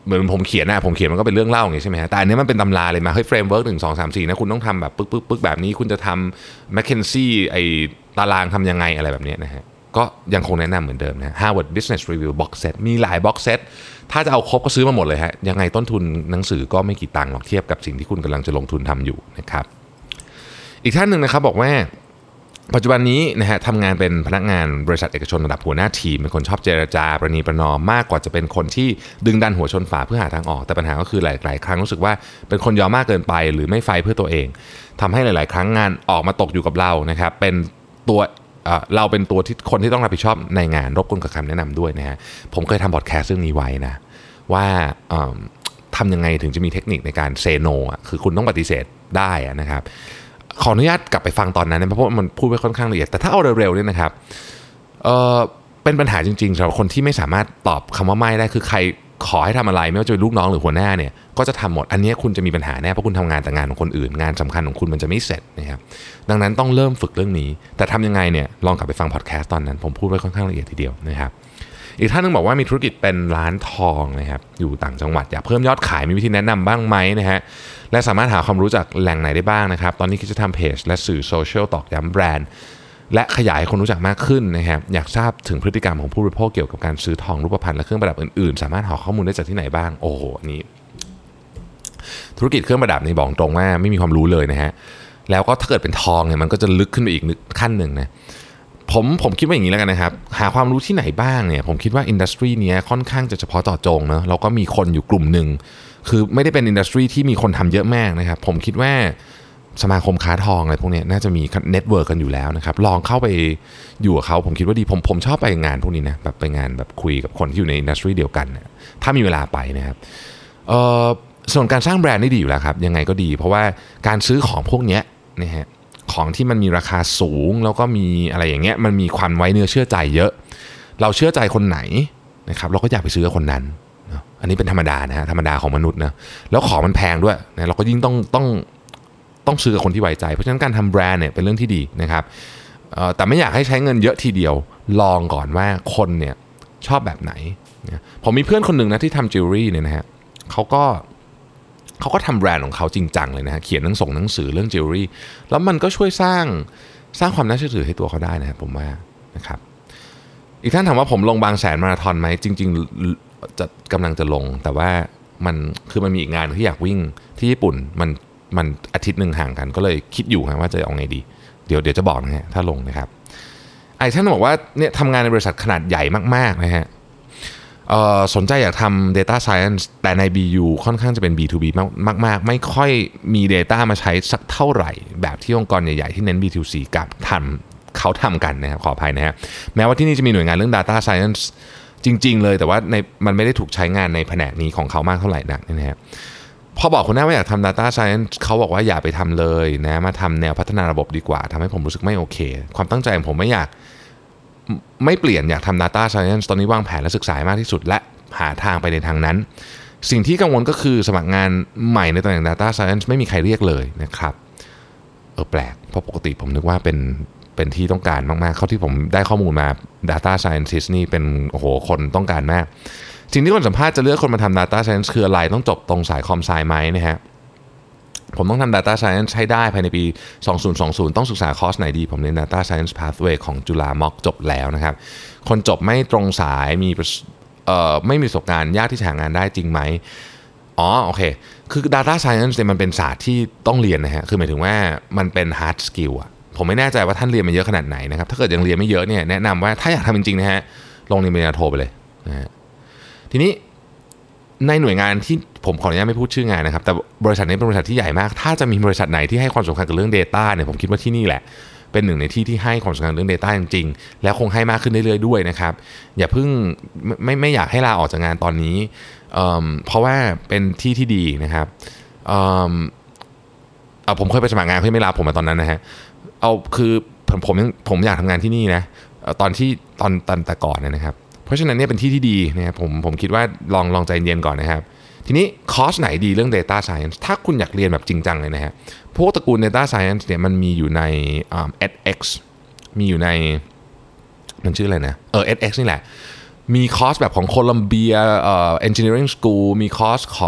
เหมือนผมเขียนนะผมเขียนมันก็เป็นเรื่องเล่าอย่างงี้ใช่ไหมฮะแต่อันนี้มันเป็นตำราเลยมาเฮ้ยเฟรมเวิร์กหนึ่งสองสามสี่นะคุณต้องทำแบบปึ๊กปึ๊กปึ๊กแบบนี้คุณจะทำแมคเคนซี่ไอตารางทำยังไงอะไรแบบนี้นะฮะก็ยังคงแนะนำเหมือนเดิมนะ Harvard Business Review Box Set มีหลาย Box Set ถ้าจะเอาครบก็ซื้อมาหมดเลยฮะยังไงต้นทุนหนังสือก็ไม่กี่ตังค์หรอกเทียบกับสิ่งที่คุณกำลังจะลงทุนทำอยู่นะครับอีกท่านหนึ่งนะครับบอกว่าปัจจุบันนี้นะฮะทำงานเป็นพนักงานบริษัทเอกชนระดับหัวหน้าทีมเป็นคนชอบเจรจาประนีประนอมมากกว่าจะเป็นคนที่ดึงดันหัวชนฝาเพื่อหาทางออกแต่ปัญหาก็คือหลายๆครั้งรู้สึกว่าเป็นคนยอมมากเกินไปหรือไม่ไฟเพื่อตัวเองทำให้หลายๆครั้งงานออกมาตกอยู่กับเรานะครับเป็นตัวเอ่อเราเป็นตัวที่คนที่ต้องรับผิดชอบในงานรบกวนกับคำแนะนำด้วยนะฮะผมเคยทำพอดแคสต์เรื่องนี้ไว้นะว่าทำยังไงถึงจะมีเทคนิคในการเซโนอ่ะคือคุณต้องปฏิเสธได้นะครับขออนุญาตกลับไปฟังตอนนั้นนะเพราะมันพูดไปค่อนข้างละเอียดแต่ถ้าเอาเร็วๆเนี่ยนะครับเออเป็นปัญหาจริงๆสำหรับคนที่ไม่สามารถตอบคำว่าไม่ได้คือใครขอให้ทำอะไรไม่ว่าจะเป็นลูกน้องหรือหัวหน้าเนี่ยก็จะทำหมดอันนี้คุณจะมีปัญหาแน่เพราะคุณทำงานแต่งานของคนอื่นงานสำคัญของคุณมันจะไม่เสร็จนะครับดังนั้นต้องเริ่มฝึกเรื่องนี้แต่ทำยังไงเนี่ยลองกลับไปฟังพอดแคสต์ตอนนั้นผมพูดไว้ค่อนข้างละเอียดทีเดียวนะครับอีกท่านนึงบอกว่ามีธุรกิจเป็นร้านทองนะครับอยู่ต่างจังหวัดอยากเพิ่มยอดขายมีวิธีแนะนำบ้างไหมนะฮะและสามารถหาความรู้จากแหล่งไหนได้บ้างนะครับตอนนี้คิดจะทำเพจและสื่อโซเชียลตอกย้ำแบรนด์และขยายคนรู้จักมากขึ้นนะครับอยากทราบถึงพฤติกรรมของผู้บริโภคเกี่ยวกับการซื้อทองรูปพรรณและเครื่องประดับอื่นๆสามารถหาข้อมูลได้จากที่ไหนบ้างโอ้โหอันนี้ธุรกิจเครื่องประดับนี่บอกตรงว่าไม่มีความรู้เลยนะฮะแล้วก็ถ้าเกิดเป็นทองเนี่ยมันก็จะลึกขึ้นไปอีกขั้นหนึ่งนะผมผมคิดว่าอย่างนี้แล้วกันนะครับหาความรู้ที่ไหนบ้างเนี่ยผมคิดว่าอินดัสทรีนี้ค่อนข้างจะเฉพาะเจาะจงเนอะแล้วก็มีคนอยู่กลุ่มหนึ่งคือไม่ได้เป็นอินดัสทรีที่มีคนทำเยอะมากนะครับผมคิดว่าสมาคมค้าทองอะไรพวกนี้น่าจะมีเน็ตเวิร์กกันอยู่แล้วนะครับลองเข้าไปอยู่กับเขาผมคิดว่าดีผมผมชอบไปงานพวกนี้นะแบบไปงานแบบคุยกับคนที่อยู่ในอินดัสทรีเดียวกันนะถ้ามีเวลาไปนะครับเอ่อส่วนการสร้างแบรนด์นี่ดีอยู่แล้วครับยังไงก็ดีเพราะว่าการซื้อของพวกนี้นะฮะของที่มันมีราคาสูงแล้วก็มีอะไรอย่างเงี้ยมันมีความไว้เนื้อเชื่อใจเยอะเราเชื่อใจคนไหนนะครับเราก็อยากไปซื้อกับคนนั้นนะอันนี้เป็นธรรมดานะฮะธรรมดาของมนุษย์นะแล้วของมันแพงด้วยนะเราก็ยิ่งต้องต้องต้องซื้อกับคนที่ไว้ใจเพราะฉะนั้นการทำแบรนด์เนี่ยเป็นเรื่องที่ดีนะครับแต่ไม่อยากให้ใช้เงินเยอะทีเดียวลองก่อนว่าคนเนี่ยชอบแบบไหนนะผมมีเพื่อนคนหนึ่งนะที่ทำจิวเวลรี่เนี่ยนะฮะเขาก็เขาก็ทำแบรนด์ของเขาจริงจังเลยนะฮะเขียนหนังส่งหนังสือเรื่องจิวเวลรี่แล้วมันก็ช่วยสร้างสร้างความน่าเชื่อถือให้ตัวเขาได้นะครับผมว่านะครับอีกท่านถามว่าผมลงบางแสนมาราธอนไหมจริงๆจะกำลังจะลงแต่ว่ามันคือมันมีอีกงานที่อยากวิ่งที่ญี่ปุ่นมันมันอาทิตย์หนึ่งห่างกันก็เลยคิดอยู่ครับว่าจะเอาไงดีเดี๋ยวเดี๋ยวจะบอกนะฮะถ้าลงนะครับไอ้ท่านบอกว่าเนี่ยทำงานในบริษัทขนาดใหญ่มากๆนะฮะสนใจอยากทำ data science แต่ใน บี ยู ค่อนข้างจะเป็น บี ทู บี มากมากไม่ค่อยมี data มาใช้สักเท่าไหร่แบบที่องค์กรใหญ่ๆที่เน้น บี ทู ซี กับทำเขาทำกันนะครับขออภัยนะฮะแม้ว่าที่นี่จะมีหน่วยงานเรื่อง data science จริงๆเลยแต่ว่าในมันไม่ได้ถูกใช้งานในแผนกนี้ของเขามากเท่าไหร่นักนะฮะพอบอกคนหน้าว่าอยากทำ data science เขาบอกว่าอย่าไปทำเลยนะมาทำแนวพัฒนาระบบดีกว่าทำให้ผมรู้สึกไม่โอเคความตั้งใจของผมไม่อยากไม่เปลี่ยนอยากทำ data science ตอนนี้วางแผนและศึกษามากที่สุดและหาทางไปในทางนั้นสิ่งที่กังวลก็คือสมัครงานใหม่ในตำแหน่ง data science ไม่มีใครเรียกเลยนะครับเออแปลกเพราะปกติผมนึกว่าเป็นเป็นที่ต้องการมากๆเข้าที่ผมได้ข้อมูลมา data scientist นี่เป็นโอ้โหคนต้องการมากสิ่งที่คนสัมภาษณ์จะเลือกคนมาทำ data science คืออะไรต้องจบตรงสายคอมไซไหมนะฮะผมต้องทำ data science ให้ได้ภายในปีสองพันยี่สิบต้องศึกษาคอร์สไหนดีผมเรียน data science pathway ของจุฬาม็อกจบแล้วนะครับคนจบไม่ตรงสายมีเอ่อไม่มีประสบการณ์ยากที่จะหางานได้จริงไหมอ๋อโอเคคือ data science เนี่ยมันเป็นศาสตร์ที่ต้องเรียนนะฮะคือหมายถึงว่ามันเป็น hard skill อะผมไม่แน่ใจว่าท่านเรียนมาเยอะขนาดไหนนะครับถ้าเกิดยังเรียนไม่เยอะเนี่ยแนะนำว่าถ้าอยากทำจริงๆนะฮะลงเรียนปริญญาโทไปเลยนะฮะทีนี้ในหน่วยงานที่ผมขออนุญาตไม่พูดชื่องานนะครับแต่บริษัทนี้เป็นบริษัทที่ใหญ่มากถ้าจะมีบริษัทไหนที่ให้ความสำคัญกับเรื่อง data เนี่ยผมคิดว่าที่นี่แหละเป็นหนึ่งในที่ที่ให้ความสำคัญเรื่อง data จริงๆแล้วคงให้มากขึ้นเรื่อยๆด้วยนะครับอย่าเพิ่งไม่ไม่อยากให้ลาออกจากงานตอนนี้ เ, เพราะว่าเป็นที่ที่ดีนะครับเอ่อเอาผมเคยไปสมัครงานเพื่อไม่ลาผมมาตอนนั้นนะฮะเอาคือผมผมผมอยากทำงานที่นี่นะตอนที่ตอนตอนแต่ก่อนนะครับเพราะฉะนั้นเนี่ยเป็นที่ที่ดีนะครับผมผมคิดว่าลองลองใจเย็นก่อนนะครับทีนี้คอร์สไหนดีเรื่อง data science ถ้าคุณอยากเรียนแบบจริงจังเลยนะฮะพวกตระกูล data science เนี่ยมันมีอยู่ใน เอส เอ็กซ์ มีอยู่ในมันชื่ออะไรนะเออ เอส เอ็กซ์ นี่แหละมีคอร์สแบบของโคลัมเบียเอ่อ engineering school มีคอร์สของ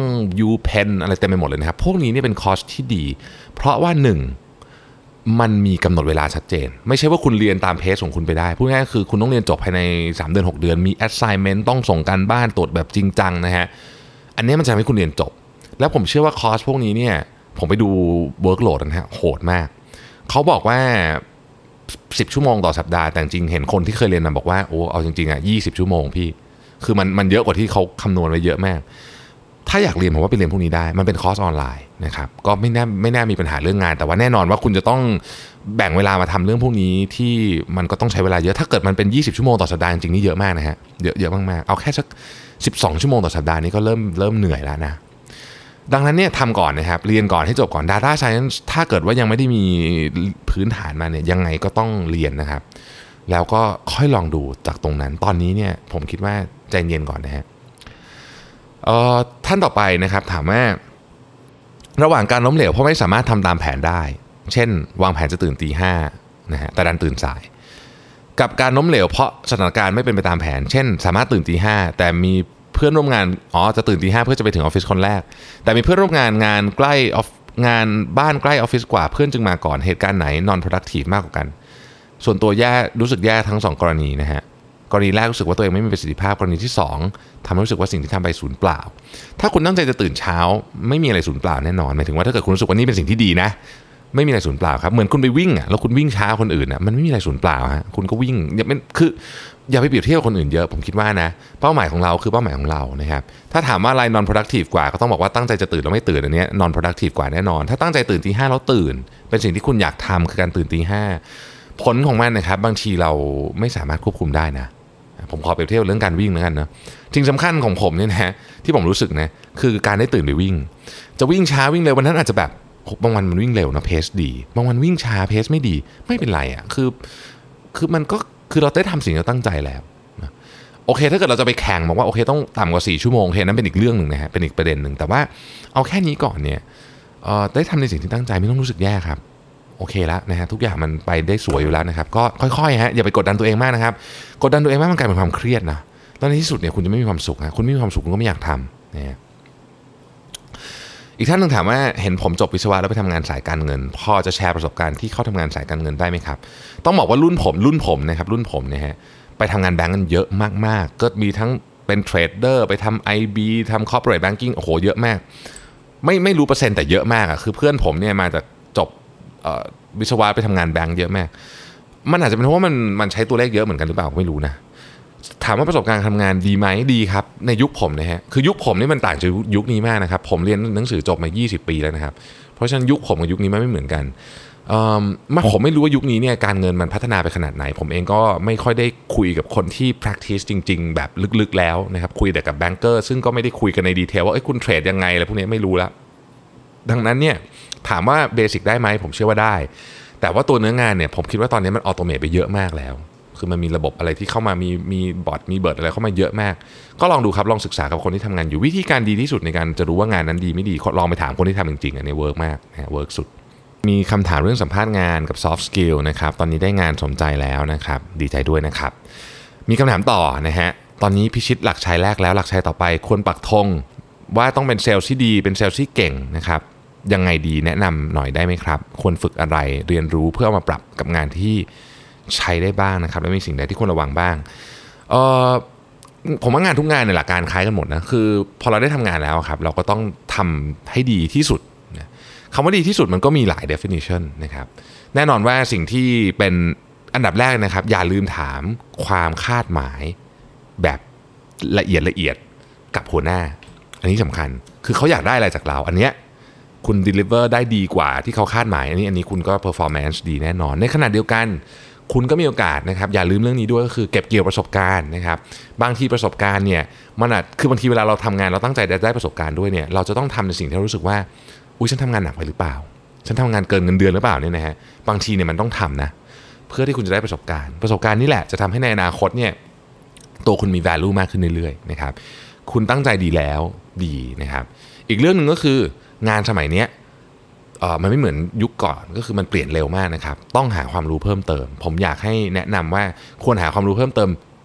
UPenn อะไรเต็มไปหมดเลยนะครับพวกนี้เนี่ยเป็นคอร์สที่ดีเพราะว่าหนึ่งมันมีกำหนดเวลาชัดเจนไม่ใช่ว่าคุณเรียนตามเพจของคุณไปได้พูดง่ายๆคือคุณต้องเรียนจบภายในสามเดือนหกเดือนมี assignment ต้องส่งการบ้านตรวจแบบจริงจังนะฮะอันนี้มันจะทำให้คุณเรียนจบแล้วผมเชื่อว่าคอร์สพวกนี้เนี่ยผมไปดู workload นะฮะโหดมากเขาบอกว่าสิบชั่วโมงต่อสัปดาห์แต่จริงเห็นคนที่เคยเรียนมาบอกว่าโอ้เอาจริงๆอ่ะยี่สิบชั่วโมงพี่คือมันมันเยอะกว่าที่เขาคำนวณไว้เยอะมากถ้าอยากเรียนผมว่าไปเรียนพวกนี้ได้มันเป็นคอร์สออนไลน์นะครับก็ไม่น่าไม่น่ามีปัญหาเรื่องงานแต่ว่าแน่นอนว่าคุณจะต้องแบ่งเวลามาทำเรื่องพวกนี้ที่มันก็ต้องใช้เวลาเยอะถ้าเกิดมันเป็นยี่สิบชั่วโมงต่อสัปดาห์จริงๆนี่เยอะมากนะฮะเยอะเยอะมากๆเอาแค่สักสิบสองชั่วโมงต่อสัปดาห์นี้ก็เริ่มเริ่มเหนื่อยแล้วนะดังนั้นเนี่ยทำก่อนนะครับเรียนก่อนให้จบก่อน Data Science ถ้าเกิดว่ายังไม่ได้มีพื้นฐานมาเนี่ยยังไงก็ต้องเรียนนะครับแล้วก็ค่อยลองดูจากตรงนั้นตอนนี้เนี่ยผมคิดว่าใจเย็นก่อนนะฮะเอ่อท่านต่อไปนะครับถามว่าระหว่างการล้มเหลวเพราะไม่สามารถทำตามแผนได้เช่นวางแผนจะตื่นตีห้านะฮะแต่ดันตื่นสายกับการล้มเหลวเพราะสถานการณ์ไม่เป็นไปตามแผนเช่นสามารถตื่นตีห้าแต่มีเพื่อนร่วมงานอ๋อจะตื่นตีห้าเพื่อจะไปถึงออฟฟิศคนแรกแต่มีเพื่อนร่วมงานงานใกล้ออฟงานบ้านใกล้ออฟฟิศกว่าเพื่อนจึงมาก่อนเหตุการณ์ไหน non productive มากกว่ากันส่วนตัวแย่รู้สึกแย่ทั้งสองกรณีนะฮะกรณีแรกรู้สึกว่าตัวเองไม่มีประสิทธิภาพกรณีที่สองทำให้รู้สึกว่าสิ่งที่ทำไปสูญเปล่าถ้าคุณตั้งใจจะตื่นเช้าไม่มีอะไรสูญเปล่าแน่นอนหมายถึงว่าถ้าเกิดคุณรู้สึกว่านี่เป็นสิ่งที่ดีนะไม่มีอะไรสูญเปล่าครับเหมือนคุณไปวิ่งอ่ะแล้วคุณวิ่งช้าคนอื่นอ่ะมันไม่มีอะไรสูญเปล่าฮะคุณก็วิ่งอย่าเป็นคืออย่าไปเปรียบเทียบกับคนอื่นเยอะผมคิดว่านะเป้าหมายของเราคือเป้าหมายของเรานะครับถ้าถามว่าอะไร non productive กว่าก็ต้องบอกว่าตั้งใจจะตื่นแล้วไม่ตื่นอันนี้ non productive กว่าแน่นอนถ้าตั้งใจตื่นตีห้าแล้วตื่นเป็นสิ่งที่คุณอยากทำคือการตื่นตีห้าผลของมันนะครับบางทีเราไม่สามารถควบคุมได้นะผมขอเปรียบเทียบเรื่องการวิ่งแล้วกันนะสิ่งสำคัญของผมเนี่ยนะที่ผมรู้สึกนะคือการได้ตื่นไปวิ่งจะวิ่งช้าวิ่งเร็ววันนั้นอาจจะแบบบางวันมันวิ่งเร็วนะเพสดีบางวันวิ่งช้าเพสไม่ดีไม่เป็นไรอ่ะคือคือมันก็คือเราได้ทำสิ่งที่เราตั้งใจแล้วนะโอเคถ้าเกิดเราจะไปแข่งบอกว่าโอเคต้องต่ำกว่าสี่ชั่วโมงโอเคนั้นเป็นอีกเรื่องหนึ่งนะฮะเป็นอีกประเด็นหนึ่งแต่ว่าเอาแค่นี้ก่อนเนี่ยเอ่อได้ทำในสิ่งที่ตั้งใจไม่ต้องรู้สึกแย่ครับโอเคแล้วนะฮะทุกอย่างมันไปได้สวยอยู่แล้วนะครับก็ค่อยๆฮะอย่าไปกดดันตัวเองมากนะครับกดดันตัวเองมากมันกลายเป็นความเครียดนะแล้วในที่สุดเนี่ยคุณจะไม่มีความสุขนะคุณไม่มีความสุขคุณก็ไม่อยากทำนะฮะอีกท่านหนึ่งถามว่าเห็นผมจบวิศวะแล้วไปทำงานสายการเงินพอจะแชร์ประสบการณ์ที่เข้าทำงานสายการเงินได้ไหมครับต้องบอกว่ารุ่นผมรุ่นผมนะครับรุ่นผมเนี่ยฮะไปทำงานแบงก์กันเยอะมากๆก็มีทั้งเป็นเทรดเดอร์ไปทำ ไอ บี ทำ corporate banking โอ้โหเยอะมากไม่ไม่รู้เปอร์เซ็นต์แต่เยอะมากอ่ะคือเพื่อนผมเนี่ยมาจากจบวิศวะไปทำงานแบงก์เยอะมากมันอาจจะเป็นเพราะว่ามันมันใช้ตัวเลขเยอะเหมือนกันหรือเปล่าไม่รู้นะถามว่าประสบการณ์ทำงานดีไหมดีครับในยุคผมนะฮะคือยุคผมนี่มันต่างจากยุคนี้มากนะครับผมเรียนหนังสือจบมายี่สิบปีแล้วนะครับเพราะฉะนั้นยุคผมกับยุคนี้มันไม่เหมือนกันมาผมไม่รู้ว่ายุคนี้เนี่ยการเงินมันพัฒนาไปขนาดไหนผมเองก็ไม่ค่อยได้คุยกับคนที่ practice จริงๆแบบลึกๆแล้วนะครับคุยแต่กับแบงก์เกอร์ซึ่งก็ไม่ได้คุยกันในดีเทลว่าเอ้ยคุณเทรดยังไงอะไรพวกนี้ไม่รู้แล้วดังนั้นเนี่ยถามว่าเบสิกได้ไหมผมเชื่อว่าได้แต่ว่าตัวเนื้องานเนี่ยผมคิดว่าตอนนี้มันออโตเมตไปเยอะมากแล้วคือมันมีระบบอะไรที่เข้ามามีมีบอทมีเบิร์ดอะไรเข้ามาเยอะมากก็ลองดูครับลองศึกษากับคนที่ทำงานอยู่วิธีการดีที่สุดในการจะรู้ว่างานนั้นดีไม่ดีลองไปถามคนที่ทำจริงๆอันนี้เวิร์กมากนะเวิร์กสุดมีคำถามเรื่องสัมภาษณ์งานกับ soft skill นะครับตอนนี้ได้งานสมใจแล้วนะครับดีใจด้วยนะครับมีคำถามต่อนะฮะตอนนี้พิชิตหลักชัยแรกแล้วหลักชัยต่อไปควรปักธงว่าต้องเป็นเซลล์ที่ดีเป็นเซลล์ที่เก่งนะครับยังไงดีแนะนำหน่อยได้ไหมครับควรฝึกอะไรเรียนรู้เพื่อเอามาปรับกับงานที่ใช้ได้บ้างนะครับและมีสิ่งใดที่ควรระวังบ้างเอ่อผมว่างานทุกงานในหลักการคล้ายกันหมดนะคือพอเราได้ทำงานแล้วครับเราก็ต้องทำให้ดีที่สุดนะคำว่าดีที่สุดมันก็มีหลาย definition นะครับแน่นอนว่าสิ่งที่เป็นอันดับแรกนะครับอย่าลืมถามความคาดหมายแบบละเอียดละเอียดกับหัวหน้าอันนี้สำคัญคือเขาอยากได้อะไรจากเราอันเนี้ยคุณ deliver ได้ดีกว่าที่เขาคาดหมายอันนี้อันนี้คุณก็ performance ดีแน่นอนในขณะเดียวกันคุณก็มีโอกาสนะครับอย่าลืมเรื่องนี้ด้วยก็คือเก็บเกี่ยวประสบการณ์นะครับบางทีประสบการณ์เนี่ยมันอาจคือบางทีเวลาเราทำงานเราตั้งใจได้ประสบการณ์ด้วยเนี่ยเราจะต้องทำในสิ่งที่เรารู้สึกว่าอุ๊ยฉันทำงานหนักไปหรือเปล่าฉันทำงานเกินเงินเดือนหรือเปล่าเนี่ยนะฮะบางทีเนี่ยมันต้องทำนะเพื่อที่คุณจะได้ประสบการณ์ประสบการณ์นี่แหละจะทำให้ในอนาคตเนี่ยตัวคุณมี value มากขึ้นเรื่อยๆนะครับคุณตั้งใจดีแล้วดีนะครับอีกเรื่องนึงก็คืองานสมัยเนี้ยเอ่อมันไม่เหมือนยุคก่อนก็คือมันเปลี่ยนเร็วมากนะครับต้องหาความรู้เพิ่มเติมผมอยากให้แนะนำว่าควรหาความรู้เพิ่มเติม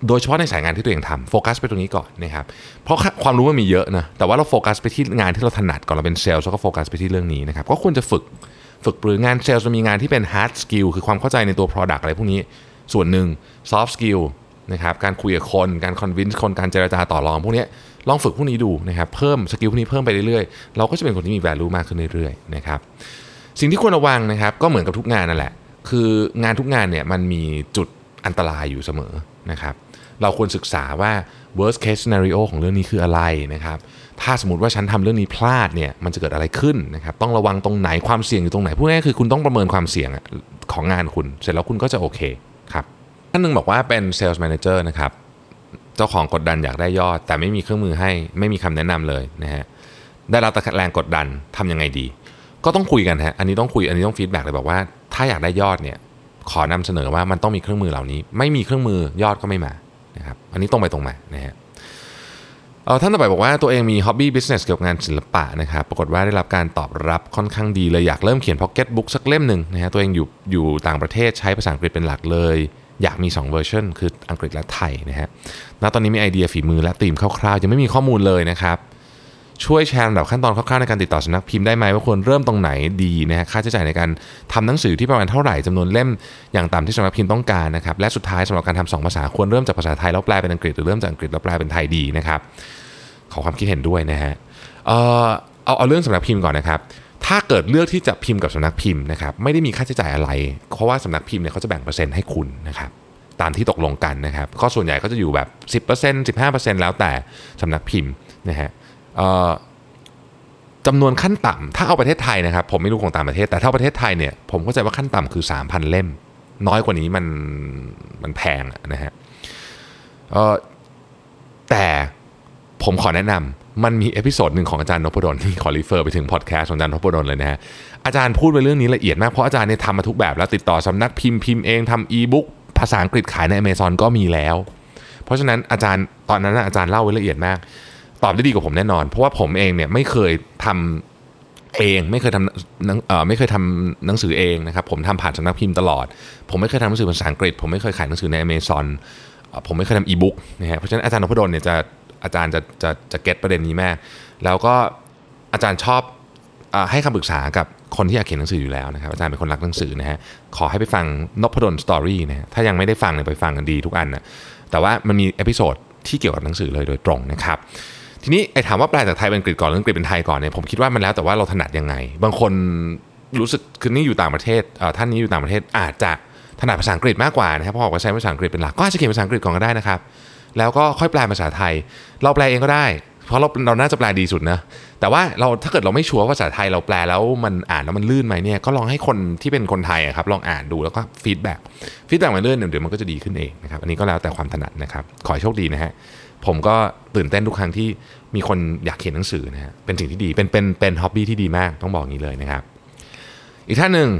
โดยเฉพาะในสายงานที่ตัวเองทำโฟกัสไปตรงนี้ก่อนนะครับเพราะความรู้มันมีเยอะนะแต่ว่าเราโฟกัสไปที่งานที่เราถนัดก่อนเราเป็นเซลล์แล้วก็โฟกัสไปที่เรื่องนี้นะครับก็ควรจะฝึกฝึกปรืองานเซลล์จะมีงานที่เป็น hard skill คือความเข้าใจในตัว product อะไรพวกนี้ส่วนหนึ่ง soft skill นะครับการคุยกับคนการ convince คนการเจรจาต่อรองพวกนี้ลองฝึกพวกนี้ดูนะครับเพิ่มสกิลพวกนี้เพิ่มไปเรื่อยๆเราก็จะเป็นคนที่มี value มากขึ้นเรื่อยๆนะครับสิ่งที่ควรระวังนะครับก็เหมือนกับทุกงานนั่นแหละคืองานทุกงานเนี่ยมันมีจุดอันตรายอยู่เสมอนะครับเราควรศึกษาว่า worst case scenario ของเรื่องนี้คืออะไรนะครับถ้าสมมติว่าฉันทำเรื่องนี้พลาดเนี่ยมันจะเกิดอะไรขึ้นนะครับต้องระวังตรงไหนความเสี่ยงอยู่ตรงไหนพูดง่ายๆคือคุณต้องประเมินความเสี่ยงของงานคุณเสร็จแล้วคุณก็จะโอเคครับท่านนึงบอกว่าเป็น sales manager นะครับเจ้าของกดดันอยากได้ยอดแต่ไม่มีเครื่องมือให้ไม่มีคำแนะนำเลยนะฮะได้รับแรงกดดันทำยังไงดีก็ต้องคุยกันฮะอันนี้ต้องคุยอันนี้ต้องฟีดแบ็กเลยบอกว่าถ้าอยากได้ยอดเนี่ยขอนำเสนอว่ามันต้องมีเครื่องมือเหล่านี้ไม่มีเครื่องมือยอดก็ไม่มานะครับอันนี้ตรงไปตรงมานะฮะเอ่อท่านต่อไปบอกว่าตัวเองมี hobby business เกี่ยวกับงานศิลปะนะครับปรากฏว่าได้รับการตอบรับค่อนข้างดีเลยอยากเริ่มเขียน pocket book สักเล่มนึงนะฮะตัวเองอยู่อยู่ต่างประเทศใช้ภาษาอังกฤษเป็นหลักเลยอยากมีสองเวอร์ชันคืออังกฤษและไทยนะฮะณตอนนี้มีไอเดียฝีมือและธีมคร่าวๆยังไม่มีข้อมูลเลยนะครับช่วยแชร์ลำดับขั้นตอนคร่าวๆในการติดต่อสำนักพิมพ์ได้ไหมว่าควรเริ่มตรงไหนดีนะฮะค่าใช้จ่ายในการทำหนังสือที่ประมาณเท่าไหร่จำนวนเล่มอย่างต่ำที่สำนักพิมพ์ต้องการนะครับและสุดท้ายสำหรับการทำสองภาษาควรเริ่มจากภาษาไทยแล้วแปลเป็นอังกฤษหรือเริ่มจากอังกฤษแล้วแปลเป็นไทยดีนะครับขอความคิดเห็นด้วยนะฮะเอ่อเอาเอาเรื่องสำนักพิมพ์ก่อนนะครับถ้าเกิดเลือกที่จะพิมพ์กับสำนักพิมพ์นะครับไม่ได้มีค่าใช้จ่ายอะไรเพราะว่าสำนักพิมพ์เนี่ยเขาจะแบ่งเปอร์เซ็นต์ให้คุณนะครับตามที่ตกลงกันนะครับก็ส่วนใหญ่ก็จะอยู่แบบ สิบเปอร์เซ็นต์ สิบห้าเปอร์เซ็นต์ แล้วแต่สำนักพิมพ์นะฮะเอ่อจำนวนขั้นต่ำถ้าเอาประเทศไทยนะครับผมไม่รู้ของต่างประเทศแต่ถ้าประเทศไทยเนี่ยผมเข้าใจว่าขั้นต่ำคือ สามพัน เล่มน้อยกว่านี้มันมันแพงนะฮะเอ่อแต่ผมขอแนะนำมันมีเอพิโซดหนึ่งของอาจารย์นพดลที่ขอรีเฟอร์ไปถึงพอดแคสต์ของอาจารย์นพดลเลยนะฮะอาจารย์พูดไปเรื่องนี้ละเอียดมากเพราะอาจารย์เนี่ยทำมาทุกแบบแล้วติดต่อสำนักพิมพ์พิมพ์เองทำอีบุ๊กภาษาอังกฤษขายใน Amazon ก็มีแล้วเพราะฉะนั้นอาจารย์ตอนนั้นอาจารย์เล่าไว้ละเอียดมากตอบได้ดีกว่าผมแน่นอนเพราะว่าผมเองเนี่ยไม่เคยทำเองไม่เคยทำเอ่อไม่เคยทำหนังสือเองนะครับผมทำผ่านสำนักพิมพ์ตลอดผมไม่เคยทำหนังสือภาษาอังกฤษผมไม่เคยขายหนังสือใน Amazon ผมไม่เคยทำอีบุ๊กนะฮะเพราะฉะนั้นอาจารย์นพดลเนี่ยจะอาจารย์จะจะจะเก็ตประเด็นนี้มากแล้วก็อาจารย์ชอบเอ่อให้คำปรึกษากับคนที่อยากเขียนหนังสืออยู่แล้วนะครับอาจารย์เป็นคนรักหนังสือนะฮะขอให้ไปฟังนพดลสตอรี่นะฮะถ้ายังไม่ได้ฟังเนี่ยไปฟังกันดีทุกอันนะแต่ว่ามันมีเอพิโซดที่เกี่ยวกับหนังสือเลยโดยตรงนะครับทีนี้ไอ้ถามว่าแปลจากไทยเป็นอังกฤษก่อนหรืออังกฤษเป็นไทยก่อนเนี่ยผมคิดว่ามันแล้วแต่ว่าเราถนัดยังไงบางคนรู้สึกคือนี่อยู่ต่างประเทศเอ่อท่านนี้อยู่ต่างประเทศอาจจะถนัดภาษาอังกฤษมากกว่านะครับเพราะว่าใช้ภาษาอังกฤษเป็นหลักก็อาจจะเขียนภาษาอังกฤษก่อนก็ได้นะครับแล้วก็ค่อยแปลภาษาไทยเราแปลเองก็ได้เพราะเราเราน่าจะแปลดีสุดนะแต่ว่าเราถ้าเกิดเราไม่ชัวร์ภาษาไทยเราแปลแล้วมันอ่านแล้วมันลื่นไหมเนี่ยก็ลองให้คนที่เป็นคนไทยครับลองอ่านดูแล้วก็ฟีดแบ็กฟีดแบ็กมาเรื่อยเดี๋ยวมันก็จะดีขึ้นเองนะครับอันนี้ก็แล้วแต่ความถนัดนะครับขอให้โชคดีนะฮะผมก็ตื่นเต้นทุกครั้งที่มีคนอยากเขียนหนังสือนะฮะเป็นสิ่งที่ดีเป็นเป็นเป็นฮ็อบบี้ที่ดีมากต้องบอกงี้เลยนะครับอีกท่านหนึ่ง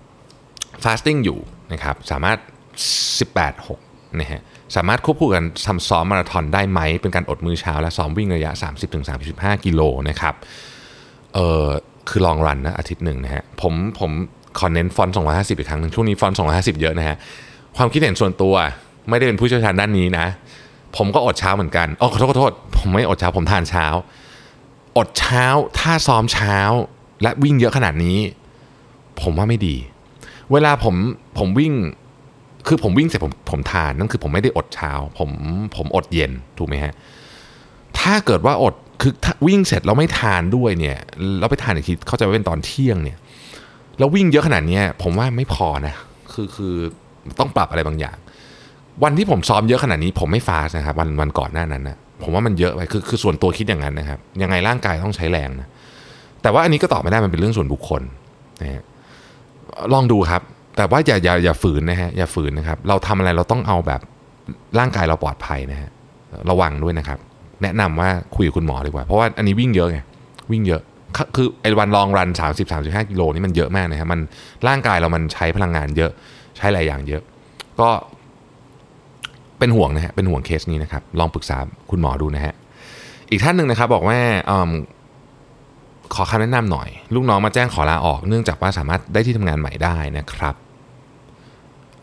fasting อยู่นะครับสามารถ สิบแปดหก นะฮะสามารถควบคู่กันทำซ้อมมาราธอนได้ไหมเป็นการอดมื้อเช้าและซ้อมวิ่งระยะ สามสิบถึงสามสิบห้า กิโลนะครับเออคือลองรันนะอาทิตย์หนึ่งนะฮะผมผมขอเน้นฟอนต์สองร้อยห้าสิบอีกครั้งนึงช่วงนี้ฟอนต์สองร้อยห้าสิบเยอะนะฮะความคิดเห็นส่วนตัวไม่ได้เป็นผู้เชี่ยวชาญด้านนี้นะผมก็อดเช้าเหมือนกันอ๋อขอโทษขอโทษผมไม่อดเช้าผมทานเช้าอดเช้าถ้าซ้อมเช้าและวิ่งเยอะขนาดนี้ผมว่าไม่ดีเวลาผมผมวิ่งคือผมวิ่งเสร็จผมผมทานนั่นคือผมไม่ได้อดเช้าผมผมอดเย็นถูกไหมฮะถ้าเกิดว่าอดคือวิ่งเสร็จแล้วไม่ทานด้วยเนี่ยแล้วไปทานอีกทีเข้าใจว่าเป็นตอนเที่ยงเนี่ยแล้ววิ่งเยอะขนาดนี้ผมว่าไม่พอนะคือคือต้องปรับอะไรบางอย่างวันที่ผมซ้อมเยอะขนาดนี้ผมไม่ฟาสนะครับวันวันก่อนหน้านั้นนะผมว่ามันเยอะไปคือคือส่วนตัวคิดอย่างนั้นนะครับยังไงร่างกายต้องใช้แรงนะแต่ว่าอันนี้ก็ตอบไม่ได้มันเป็นเรื่องส่วนบุคคลนะฮะลองดูครับแต่ว่าอย่าอย่าอย่าฝืนนะฮะอย่าฝืนนะครับเราทำอะไรเราต้องเอาแบบร่างกายเราปลอดภัยนะฮะระวังด้วยนะครับแนะนำว่าคุยกับคุณหมอดีกว่าเพราะว่าอันนี้วิ่งเยอะไงวิ่งเยอะคือไอ้วันลองรันสามสิบ สามสิบห้ากิโลนี่มันเยอะมากนะฮะมันร่างกายเรามันใช้พลังงานเยอะใช้หลายอย่างเยอะก็เป็นห่วงนะฮะเป็นห่วงเคสนี้นะครับลองปรึกษาคุณหมอดูนะฮะอีกท่านหนึ่งนะครับบอกว่าขอคำแนะนำหน่อยลูกน้องมาแจ้งขอลาออกเนื่องจากว่าสามารถได้ที่ทำงานใหม่ได้นะครับ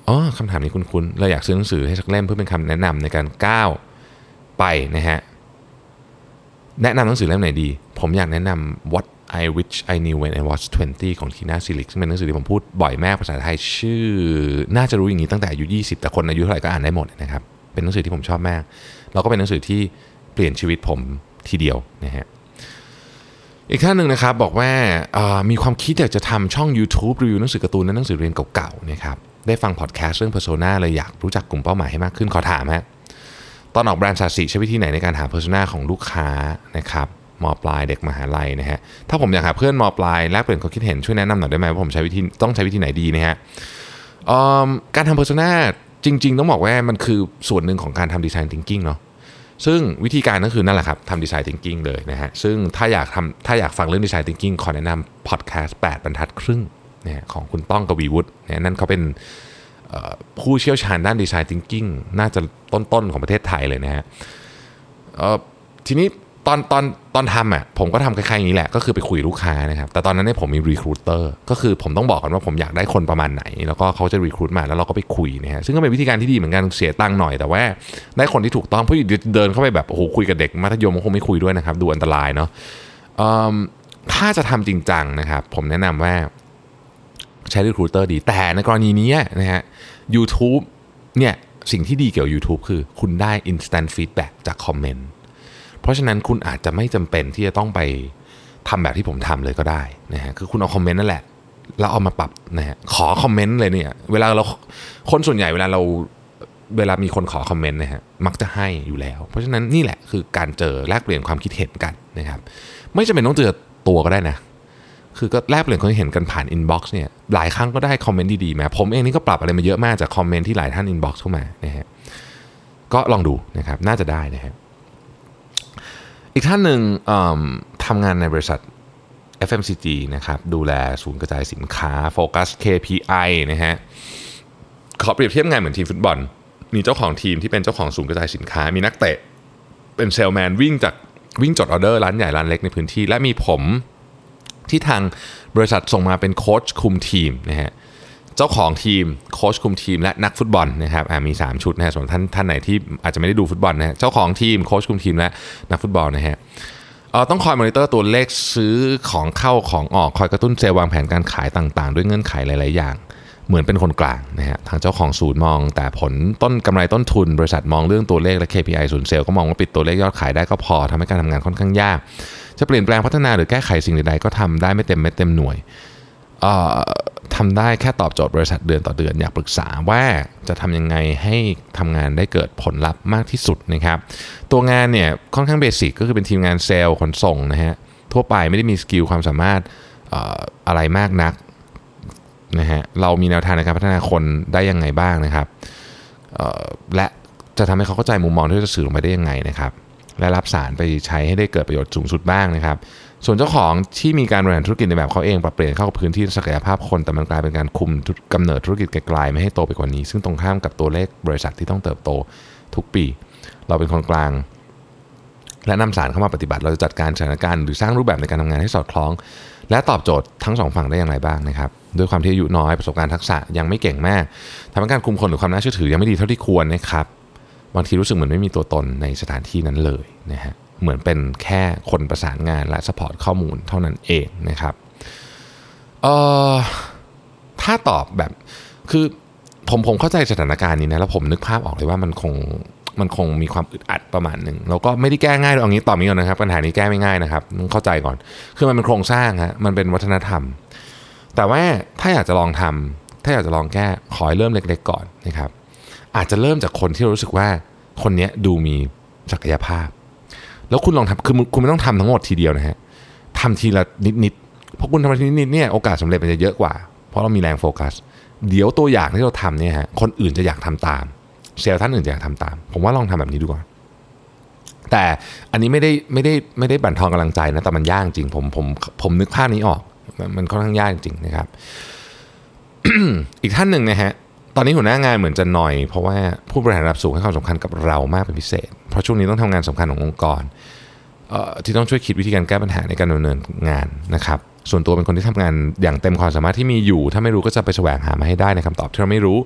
อ๋อคำถามนี้คุ้นๆเราอยากซื้อหนังสือให้สักเล่มเพื่อเป็นคำแนะนำในการก้าวไปนะฮะแนะนำหนังสือเล่มไหนดีผมอยากแนะนำ What I Wish I Knew When I Was ยี่สิบของทีน่าซิลิกซึ่งเป็นหนังสือที่ผมพูดบ่อยมากภาษาไทยชื่อน่าจะรู้อย่างนี้ตั้งแต่อายุยี่สิบแต่คนอายุเท่าไหร่ก็อ่านได้หมดนะครับเป็นหนังสือที่ผมชอบมากแล้วก็เป็นหนังสือที่เปลี่ยนชีวิตผมทีเดียวนะฮะอีกท่านหนึ่งนะครับบอกว่ามีความคิดอยากจะทำช่อง YouTube รีวิวหนังสือการ์ตูนและหนังสือเรียนเก่าๆนะครับได้ฟังพอดแคสต์เรื่อง Persona เลยอยากรู้จักกลุ่มเป้าหมายให้มากขึ้นขอถามฮะตอนออกแบรนด์ซาสิใช้วิธีไหนในการหา Persona ของลูกค้านะครับม.ปลายเด็กมหาลัยนะฮะถ้าผมอยากหาเพื่อนม.ปลายแลกเปลี่ยนความคิดเห็นช่วยแนะนำหน่อยได้ไหมว่าผมใช้วิธีต้องใช้วิธีไหนดีนะฮะการทำ Persona จริงๆต้องบอกว่ามันคือส่วนหนึ่งของการทำ Design Thinking เนาะซึ่งวิธีการก็คือนั่นแหละครับทำ Design Thinking เลยนะฮะซึ่งถ้าอยากทำถ้าอยากฟังเรื่อง Design Thinking ขอแนะนำพอดแคสต์แปดบรรทัดครึ่งนะฮะของคุณต้องกวีวุฒินะนั่นเขาเป็นผู้เชี่ยวชาญด้าน Design Thinking น่าจะต้นๆของประเทศไทยเลยนะฮะทีนี้ตอนตอนตอนทำอ่ะผมก็ทำคล้ายๆอย่างนี้แหละก็คือไปคุยลูกค้านะครับแต่ตอนนั้นเนี่ยผมมี recruiter ก็คือผมต้องบอกกันว่าผมอยากได้คนประมาณไหนแล้วก็เขาจะ recruit มาแล้วเราก็ไปคุยนะฮะซึ่งก็เป็นวิธีการที่ดีเหมือนกันเสียตังค์หน่อยแต่ว่าได้คนที่ถูกต้องเพราะเดินเข้าไปแบบโอ้โหคุยกับเด็กมัธยมคงไม่คุยด้วยนะครับดูอันตรายเนาะถ้าจะทำจริงจังนะครับผมแนะนำว่าใช้ recruiter ดีแต่ในกรณีนี้นะฮะ YouTube เนี่ยสิ่งที่ดีเกี่ยวกับ YouTube คือคุณได้ instant feedback จากคอมเมนต์เพราะฉะนั้นคุณอาจจะไม่จำเป็นที่จะต้องไปทำแบบที่ผมทำเลยก็ได้นะฮะคือคุณเอาคอมเมนต์นั่นแหละแล้วเอามาปรับนะฮะขอคอมเมนต์เลยเนี่ยเวลาเราคนส่วนใหญ่เวลาเราเวลามีคนขอคอมเมนต์นะฮะมักจะให้อยู่แล้วเพราะฉะนั้นนี่แหละคือการเจอแลกเปลี่ยนความคิดเห็นกันนะครับไม่จำเป็นต้องเจอตัวก็ได้นะคือก็แลกเปลี่ยนความคิดเห็นกันผ่านอินบ็อกซ์เนี่ยหลายครั้งก็ได้คอมเมนต์ดีๆมาผมเองนี่ก็ปรับอะไรมาเยอะมากจากคอมเมนต์ที่หลายท่านอินบ็อกซ์เข้ามานะฮะก็ลองดูนะครับน่าจะได้นะฮะอีกท่านหนึ่งทำงานในบริษัท เอฟ เอ็ม ซี จี นะครับดูแลศูนย์กระจายสินค้าโฟกัส เค พี ไอ นะฮะขอเปรียบเทียบงานเหมือนทีมฟุตบอลมีเจ้าของทีมที่เป็นเจ้าของศูนย์กระจายสินค้ามีนักเตะเป็นเซลแมนวิ่งจากวิ่งจดออเดอร์ร้านใหญ่ร้านเล็กในพื้นที่และมีผมที่ทางบริษัทส่งมาเป็นโค้ชคุมทีมนะฮะเจ้าของทีมโค้ชคุมทีมและนักฟุตบอลนะครับมีสามชุดนะฮะส่วนท่านท่านไหนที่อาจจะไม่ได้ดูฟุตบอลนะฮะเจ้าของทีมโค้ชคุมทีมและนักฟุตบอลนะฮะเอ่อต้องคอยมอนิเตอร์ตัวเลขซื้อของเข้าของออกคอยกระตุ้นเซลล์วางแผนการขายต่างๆด้วยเงื่อนไขหลายๆอย่างเหมือนเป็นคนกลางนะฮะทางเจ้าของศูนย์มองแต่ผลต้นกำไรต้นทุนบริษัทมองเรื่องตัวเลขและ เค พี ไอ ศูนย์เซลล์ก็มองว่าปิดตัวเลขยอดขายได้ก็พอทำให้การทำงานค่อนข้างยากจะเปลี่ยนแปลงพัฒนาหรือแก้ไขสิ่งใดๆก็ทำได้ไม่เต็มเม็ดเต็มหน่วยทำได้แค่ตอบโจทย์บริษัทเดือนต่อเดือนอยากปรึกษาว่าจะทำยังไงให้ทำงานได้เกิดผลลัพธ์มากที่สุดนะครับตัวงานเนี่ยค่อนข้างเบสิกก็คือเป็นทีมงานเซลล์ขนส่งนะฮะทั่วไปไม่ได้มีสกิลความสามารถ อ, อะไรมากนักนะฮะเรามีแนวทางในการพัฒนาคนได้ยังไงบ้างนะครับและจะทำให้เขาเข้าใจมุมมองที่จะสื่อลงไปได้ยังไงนะครับและรับสารไปใช้ให้ได้เกิดประโยชน์สูงสุดบ้างนะครับส่วนเจ้าของที่มีการบริหารธุรกิจในแบบเขาเองปรับเปลี่ยนเข้ากับพื้นที่ศักยภาพคนแต่มันกลายเป็นการคุมกำเนิดธุรกิจไกลๆไม่ให้โตไปกว่านี้ซึ่งตรงข้ามกับตัวเลขบริษัทที่ต้องเติบโตทุกปีเราเป็นคนกลางและนำสารเข้ามาปฏิบัติเราจะจัดการสถานการณ์หรือสร้างรูปแบบในการทำงานให้สอดคล้องและตอบโจทย์ทั้งสองฝั่งได้อย่างไรบ้างนะครับด้วยความที่อายุน้อยประสบการณ์ทักษะยังไม่เก่งมากทำให้การคุมคนหรือความน่าเชื่อถือยังไม่ดีเท่าที่ควรนะครับบางทีรู้สึกเหมือนไม่มีตัวตนในสถานที่นั้นเลยนะฮะเหมือนเป็นแค่คนประสานงานและซัพพอร์ตข้อมูลเท่านั้นเองนะครับเอ่อถ้าตอบแบบคือผมผมเข้าใจสถานการณ์นี้นะแล้วผมนึกภาพออกเลยว่ามันคงมันคงมีความอึดอัดประมาณนึงแล้วก็ไม่ได้แก้ง่ายเอางี้ตอบนี้ก่อนนะครับปัญหานี้แก้ไม่ง่ายนะครับต้องเข้าใจก่อนคือมันเป็นโครงสร้างฮะมันเป็นวัฒนธรรมแต่ว่าถ้าอยากจะลองทำถ้าอยากจะลองแก้ขอให้เริ่มเล็กๆก่อนนะครับอาจจะเริ่มจากคนที่รู้สึกว่าคนนี้ดูมีศักยภาพแล้วคุณลองทำคือคุณไม่ต้องทำทั้งหมดทีเดียวนะฮะทำทีละนิดๆเพราะคุณทำทีละนิดๆเนี่ยโอกาสสำเร็จมันจะเยอะกว่าเพราะเรามีแรงโฟกัสเดี๋ยวตัวอย่างที่เราทำเนี่ยฮะคนอื่นจะอยากทำตามเซลล์ท่านอื่นจะอยากทำตามผมว่าลองทำแบบนี้ดูก่อนแต่อันนี้ไม่ได้ไม่ได้ไม่ได้บั่นทอนกำลังใจนะแต่มันยากจริงผมผมผมนึกภาพนี้ออกมันค่อนข้างยากจริงนะครับ อีกท่านหนึ่งนะฮะตอนนี้หัวหน้างานเหมือนจะหน่อยเพราะว่าผู้บริหารระดับสูงให้ความสำคัญกับเรามากเป็นพิเศษเพราะช่วงนี้ต้องทำงานสำคัญขององค์กรที่ต้องช่วยคิดวิธีการแก้ปัญหาในการดำเนินงานนะครับส่วนตัวเป็นคนที่ทำงานอย่างเต็มความสามารถที่มีอยู่ถ้าไม่รู้ก็จะไปแสวงหามาให้ได้ในคำตอบที่เราไม่รู้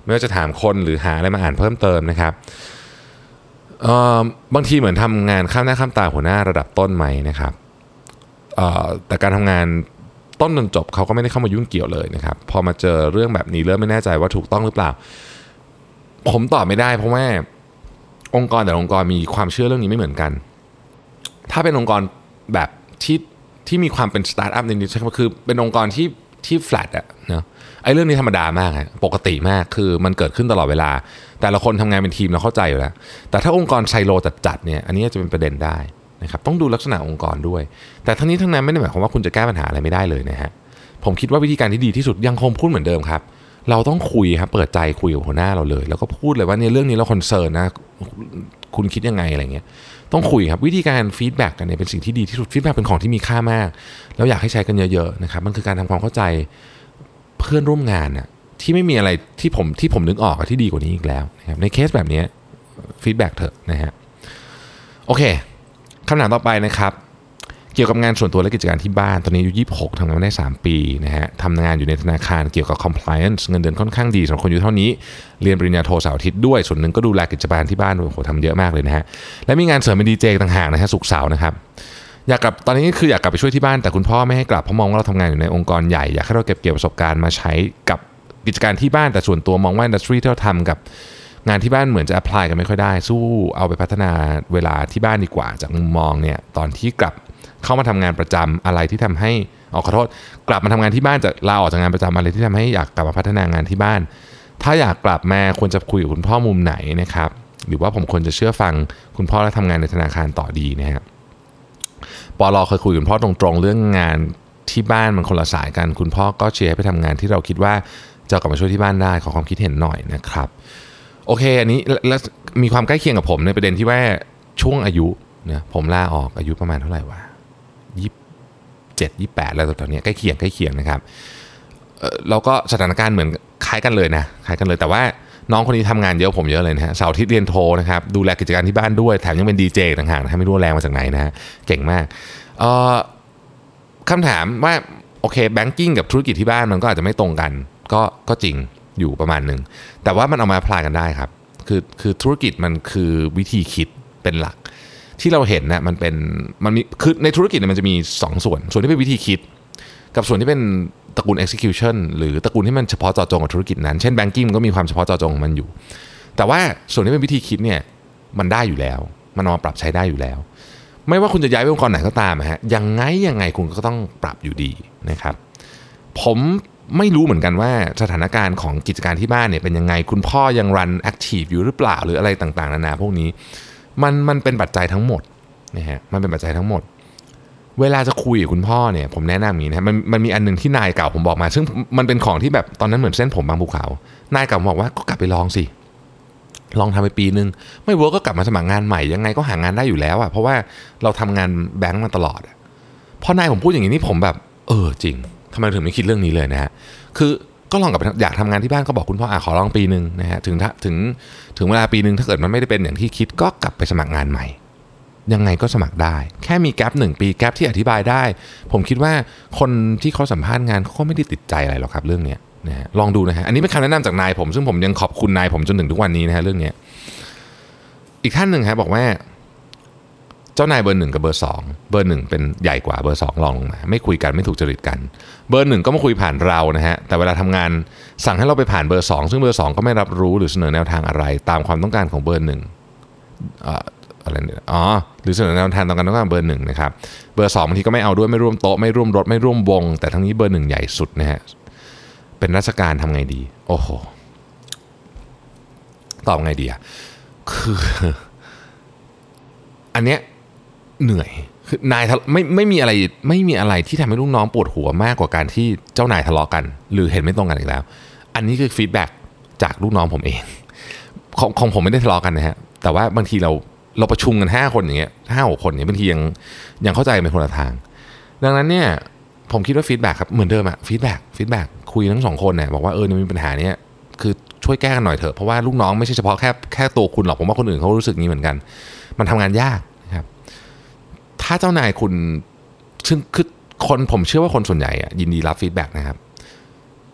ไม่ว่าจะถามคนหรือหาอะไรมาอ่านเพิ่มเติมนะครับเอ่อบางทีเหมือนทำงานข้ามหน้าข้ามตาหัวหน้าระดับต้นไหมนะครับเอ่อแต่การทำงานต้นจนจบเขาก็ไม่ได้เข้ามายุ่งเกี่ยวเลยนะครับพอมาเจอเรื่องแบบนี้เริ่มไม่แน่ใจว่าถูกต้องหรือเปล่าผมตอบไม่ได้เพราะว่าองค์กรแต่ละองค์กรมีความเชื่อเรื่องนี้ไม่เหมือนกันถ้าเป็นองค์กรแบบที่ที่มีความเป็นสตาร์ทอัพนิดๆใช่ไหมคือเป็นองค์กรที่ที่แฟลตอะเนาะไอ้เรื่องนี้ธรรมดามากฮะปกติมากคือมันเกิดขึ้นตลอดเวลาแต่ละคนทำงานเป็นทีมเราเข้าใจอยู่แล้วแต่ถ้าองค์กรไซโลจัดๆเนี่ยอันนี้จะเป็นประเด็นได้นะครับต้องดูลักษณะองค์กรด้วยแต่ทั้งนี้ทั้งนั้นไม่ได้หมายความว่าคุณจะแก้ปัญหาอะไรไม่ได้เลยนะฮะผมคิดว่าวิธีการที่ดีที่สุดยังคงพูดเหมือนเดิมครับเราต้องคุยครับเปิดใจคุยกับหัวหน้าเราเลยแล้วก็พูดเลยว่าเนี่ยเรื่องนี้เราคอนเซิร์นนะคุณคิดยังไงอะไรเงี้ยต้องคุยครับวิธีการฟีดแบ็กกันเนี่ยเป็นสิ่งที่ดีที่สุดฟีดแบ็กเป็นของที่มีค่ามากแล้วอยากให้ใช้กันเยอะๆนะครับมันคือการทำความเข้าใจเพื่อนร่วมงานน่ะที่ไม่มีอะไรที่ผมที่ผมนึกออกที่ดีกว่านี้อีกแล้วนะครับในเคสแบบนี้ฟีดแบ็กเถอะนะฮะโอเคคำถามต่อไปนะครับเกี่ยวกับงานส่วนตัวและกิจการที่บ้านตอนนี้อายุยี่สิบหกทำงานมาได้สามปีนะฮะทำงานอยู่ในธนาคารเกี่ยวกับ compliance เงินเดือนค่อนข้างดีสำหรับคนอายุเท่านี้เรียนปริญญาโทเสาร์อาทิตย์ด้วยส่วนหนึ่งก็ดูแลกิจการที่บ้านโอ้โหทำเยอะมากเลยนะฮะและมีงานเสริมเป็นดีเจต่างหากนะฮะศุกร์เสาร์นะครับอยากกลับตอนนี้คืออยากกลับไปช่วยที่บ้านแต่คุณพ่อไม่ให้กลับเพราะมองว่าเราทำงานอยู่ในองค์กรใหญ่อยากให้เราเก็บเกี่ยวประสบการณ์มาใช้กับกิจการที่บ้านแต่ส่วนตัวมองว่าอินดัสทรีที่เราทำกับงานที่บ้านเหมือนจะแอพพลายกันไม่ค่อยได้สู้เอาไปพัฒนาเวลาที่บ้านดีกว่าจากมุมมองเนี่ยตอนที่กลับเข้ามาทำงานประจำอะไรที่ทำให้อ๋อขอโทษกลับมาทำงานที่บ้านจะลาออกจากงานประจำอะไรที่ทำให้อยากกลับมาพัฒนางานที่บ้านถ้าอยากกลับมาควรจะคุยกับคุณพ่อมุมไหนนะครับหรือว่าผมควรจะเชื่อฟังคุณพ่อและทำงานในธนาคารต่อดีนะครับปลเคยคุยกับคุณพ่อตรงๆเรื่องงานที่บ้านมันคนละสายกันคุณพ่อก็เชียร์ให้ไปทำงานที่เราคิดว่าจะกลับมาช่วยที่บ้านได้ขอความคิดเห็นหน่อยนะครับโอเคอันนี้และมีความใกล้เคียงกับผมในประเด็นที่ว่าช่วงอายุเนี่ยผมลาออกอายุประมาณเท่าไหร่วะยี่สิบเจ็ด ยี่สิบแปดแล้วตอนนี้ใกล้เคียงใกล้เคียงนะครับเราก็สถานการณ์เหมือนคล้ายกันเลยนะคล้ายกันเลยแต่ว่าน้องคนนี้ทำงานเยอะผมเยอะเลยนะฮะเสาร์อาทิตย์เรียนโทนะครับดูแลกิจการที่บ้านด้วยแถมยังเป็นดีเจต่างหากนะไม่รู้แรงมาจากไหนนะฮะเก่งมากคำถามว่าโอเคแบงกิ้งกับธุรกิจที่บ้านมันก็อาจจะไม่ตรงกันก็ก็จริงอยู่ประมาณนึงแต่ว่ามันเอามาพลายกันได้ครับคือคือธุรกิจมันคือวิธีคิดเป็นหลักที่เราเห็นนะมันเป็นมันมีคือในธุรกิจเนี่ยมันจะมีสองส่วนส่วนที่เป็นวิธีคิดกับส่วนที่เป็นตระกูล execution หรือตระกูลที่มันเฉพาะเจาะจงกับธุรกิจนั้นเช่น banking มันก็มีความเฉพาะเจาะจงของมันอยู่แต่ว่าส่วนที่เป็นวิธีคิดเนี่ยมันได้อยู่แล้วมันเอามาปรับใช้ได้อยู่แล้วไม่ว่าคุณจะย้ายไปองค์กรไหนก็ตามฮะยังไงยังไงคุณก็ต้องปรับอยู่ดีนะครับผมไม่รู้เหมือนกันว่าสถานการณ์ของกิจการที่บ้านเนี่ยเป็นยังไงคุณพ่อยังรันแอคทีฟอยู่หรือเปล่าหรืออะไรต่างๆนานาพวกนี้มันมันเป็นปัจจัยทั้งหมดนะฮะมันเป็นปัจจัยทั้งหมดเวลาจะคุยกับคุณพ่อเนี่ยผมแนะนำอย่างนี้นะมันมันมีอันนึงที่นายเก่าผมบอกมาซึ่งมันเป็นของที่แบบตอนนั้นเหมือนเส้นผมบางภูเขานายเก่าบอกว่าก็กลับไปลองสิลองทำไปปีนึงไม่เวิร์กก็กลับมาสมัครงานใหม่ยังไงก็หางานได้อยู่แล้วอ่ะเพราะว่าเราทำงานแบงก์มาตลอดพอนายผมพูดอย่างนี้นี่ผมแบบเออจริงทำไมถึงไม่คิดเรื่องนี้เลยนะฮะคือก็ลองกับอยากทำงานที่บ้านก็บอกคุณพ่ออ่ะขอลองปีนึงนะฮะถึงถึงถึงเวลาปีนึงถ้าเกิดมันไม่ได้เป็นอย่างที่คิดก็กลับไปสมัครงานใหม่ยังไงก็สมัครได้แค่มีแกลบหนึ่งปีแกลบที่อธิบายได้ผมคิดว่าคนที่เขาสัมภาษณ์งานเขาก็ไม่ได้ติดใจอะไรหรอกครับเรื่องนี้นะฮะลองดูนะฮะอันนี้เป็นคำแนะนำจากนายผมซึ่งผมยังขอบคุณนายผมจนถึงทุกวันนี้นะฮะเรื่องนี้อีกท่านหนึ่งครับบอกว่าเจ้านายเบอร์หนึ่งกับเบอร์สองเบอร์หนึ่งเป็นใหญ่กว่าเบอร์สองรองลงมาไม่คุยกันไม่ถูกจริตกันเบอร์หนึ่งก็มาคุยผ่านเรานะฮะแต่เวลาทำงานสั่งให้เราไปผ่านเบอร์สองซึ่งเบอร์สองก็ไม่รับรู้หรือเสนอแนวทางอะไรตามความต้องการของเบอร์หนึ่งอะไรเนี่ยอ๋อหรือเสนอแนวทางตามการต้องการเบอร์หนึ่งนะครับเบอร์สองบางทีก็ไม่เอาด้วยไม่ร่วมโต๊ะไม่ร่วมรถไม่ร่วมวงแต่ทั้งนี้เบอร์หนึ่งใหญ่สุดนะฮะเป็นราชการทำไงดีโอ้โหตอบไงดีอ่ะคืออันเนี้ยเหนื่อยคือนายไม่ไม่มีอะไรไม่มีอะไรที่ทำให้ลูกน้องปวดหัวมากกว่าการที่เจ้านายทะเลาะกันหรือเห็นไม่ตรงกันอีกแล้วอันนี้คือฟีดแบ็กจากลูกน้องผมเองของของผมไม่ได้ทะเลาะกันนะฮะแต่ว่าบางทีเราเราประชุมกันห้าคนอย่างเงี้ยห้าหกคนเนี่ยบางทียังยังเข้าใจกันเป็นคนละทางดังนั้นเนี่ยผมคิดว่าฟีดแบ็กครับเหมือนเดิมอะฟีดแบ็กฟีดแบ็กคุยทั้งสองคนเนี่ยบอกว่าเออมีปัญหาเนี้ยคือช่วยแก้กันหน่อยเถอะเพราะว่าลูกน้องไม่ใช่เฉพาะแค่แค่ตัวคุณหรอกผมว่าคนอื่นเขารู้สึกนี้เหมือนกันมันทำงานยากนะครับถ้าเจ้านายคุณซึ่งคือคนผมเชื่อว่าคนส่วนใหญ่อะยินดีรับฟีดแบ็กนะครับ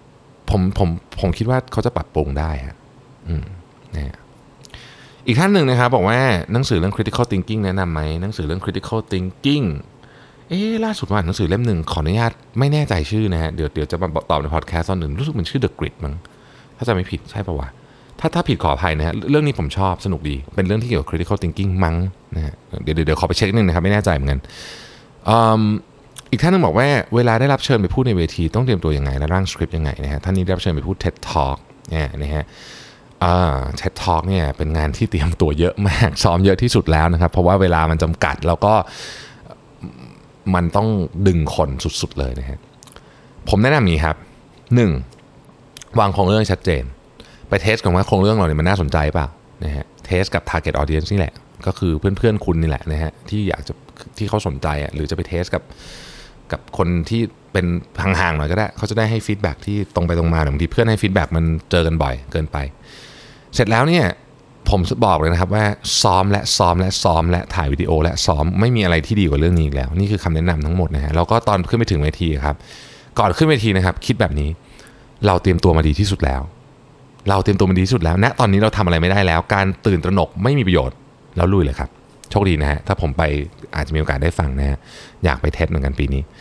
ผมผมผมคิดว่าเขาจะปรับปรุงได้ฮะอืมนะอีกท่านหนึ่งนะครับบอกว่าหนังสือเรื่อง critical thinking แนะนำไหมหนังสือเรื่อง critical thinking เอ๊ะล่าสุดว่าหนังสือเล่มหนึ่งขออนุญาตไม่แน่ใจชื่อนะฮะเดี๋ยวเดี๋ยวจะมาตอบในพอดแคสต์ตอนหนึ่งรู้สึกมันชื่อ The Grit มั้งถ้าจะไม่ผิดใช่ป่าววะถ้าถ้าผิดขออภัยนะฮะเรื่องนี้ผมชอบสนุกดีเป็นเรื่องที่เกี่ยวกับ critical thinking มั้งนะฮะเดี๋ยวเดี๋ยวขอไปเช็คนิดนึงนะครับไม่แน่ใจเหมือนกันอีกท่านนึงบอกว่าเวลาได้รับเชิญไปพูดในเวทีต้องเตรียมตัวยังไงและร่างสคริปต์ยังไงนะฮะท่านนี้ได้รับเชิญไปพูด เท็ด Talk เนี่ยนะฮะอ่า เท็ด Talk เนี่ยเป็นงานที่เตรียมตัวเยอะมากซ้อมเยอะที่สุดแล้วนะครับเพราะว่าเวลามันจำกัดแล้วก็มันต้องดึงคนสุดๆเลยนะฮะผมแนะนำอย่างนี้ครับหนึ่งวางโครงเรื่องชัดเจนไปเทสกันว่าโครงเรื่องเราเนี่ยมันน่าสนใจเปล่านะฮะเทสกับ target audience นี่แหละก็คือเพื่อนๆคุณนี่แหละนะฮะที่อยากจะที่เขาสนใจอ่ะหรือจะไปเทสกับกับคนที่เป็นห่างๆหน่อยก็ได้เขาจะได้ให้ฟีดแบ็กที่ตรงไปตรงมาบางทีเพื่อนให้ฟีดแบ็กมันเจอกันบ่อยเกินไปเสร็จแล้วเนี่ยผมบอกเลยนะครับว่าซ้อมและซ้อมและซ้อมและถ่ายวิดีโอและซ้อมไม่มีอะไรที่ดีกว่าเรื่องนี้อีกแล้วนี่คือคำแนะนำทั้งหมดนะฮะแล้วก็ตอนขึ้นไปถึงเวทีครับก่อนขึ้นเวทีนะครับคิดแบบนี้เราเตรียมตัวมาดีที่สุดแล้วเราเตรียมตัวมาดีที่สุดแล้วณตอนนี้เราทำอะไรไม่ได้แล้วการตื่นตระหนกไม่มีประโยชน์แล้วลุยเลยครับโชคดีนะฮะถ้าผมไปอาจจะมีโอกาสได้ฟังนะฮะอยากไปเทสเหมือนกันปีนี้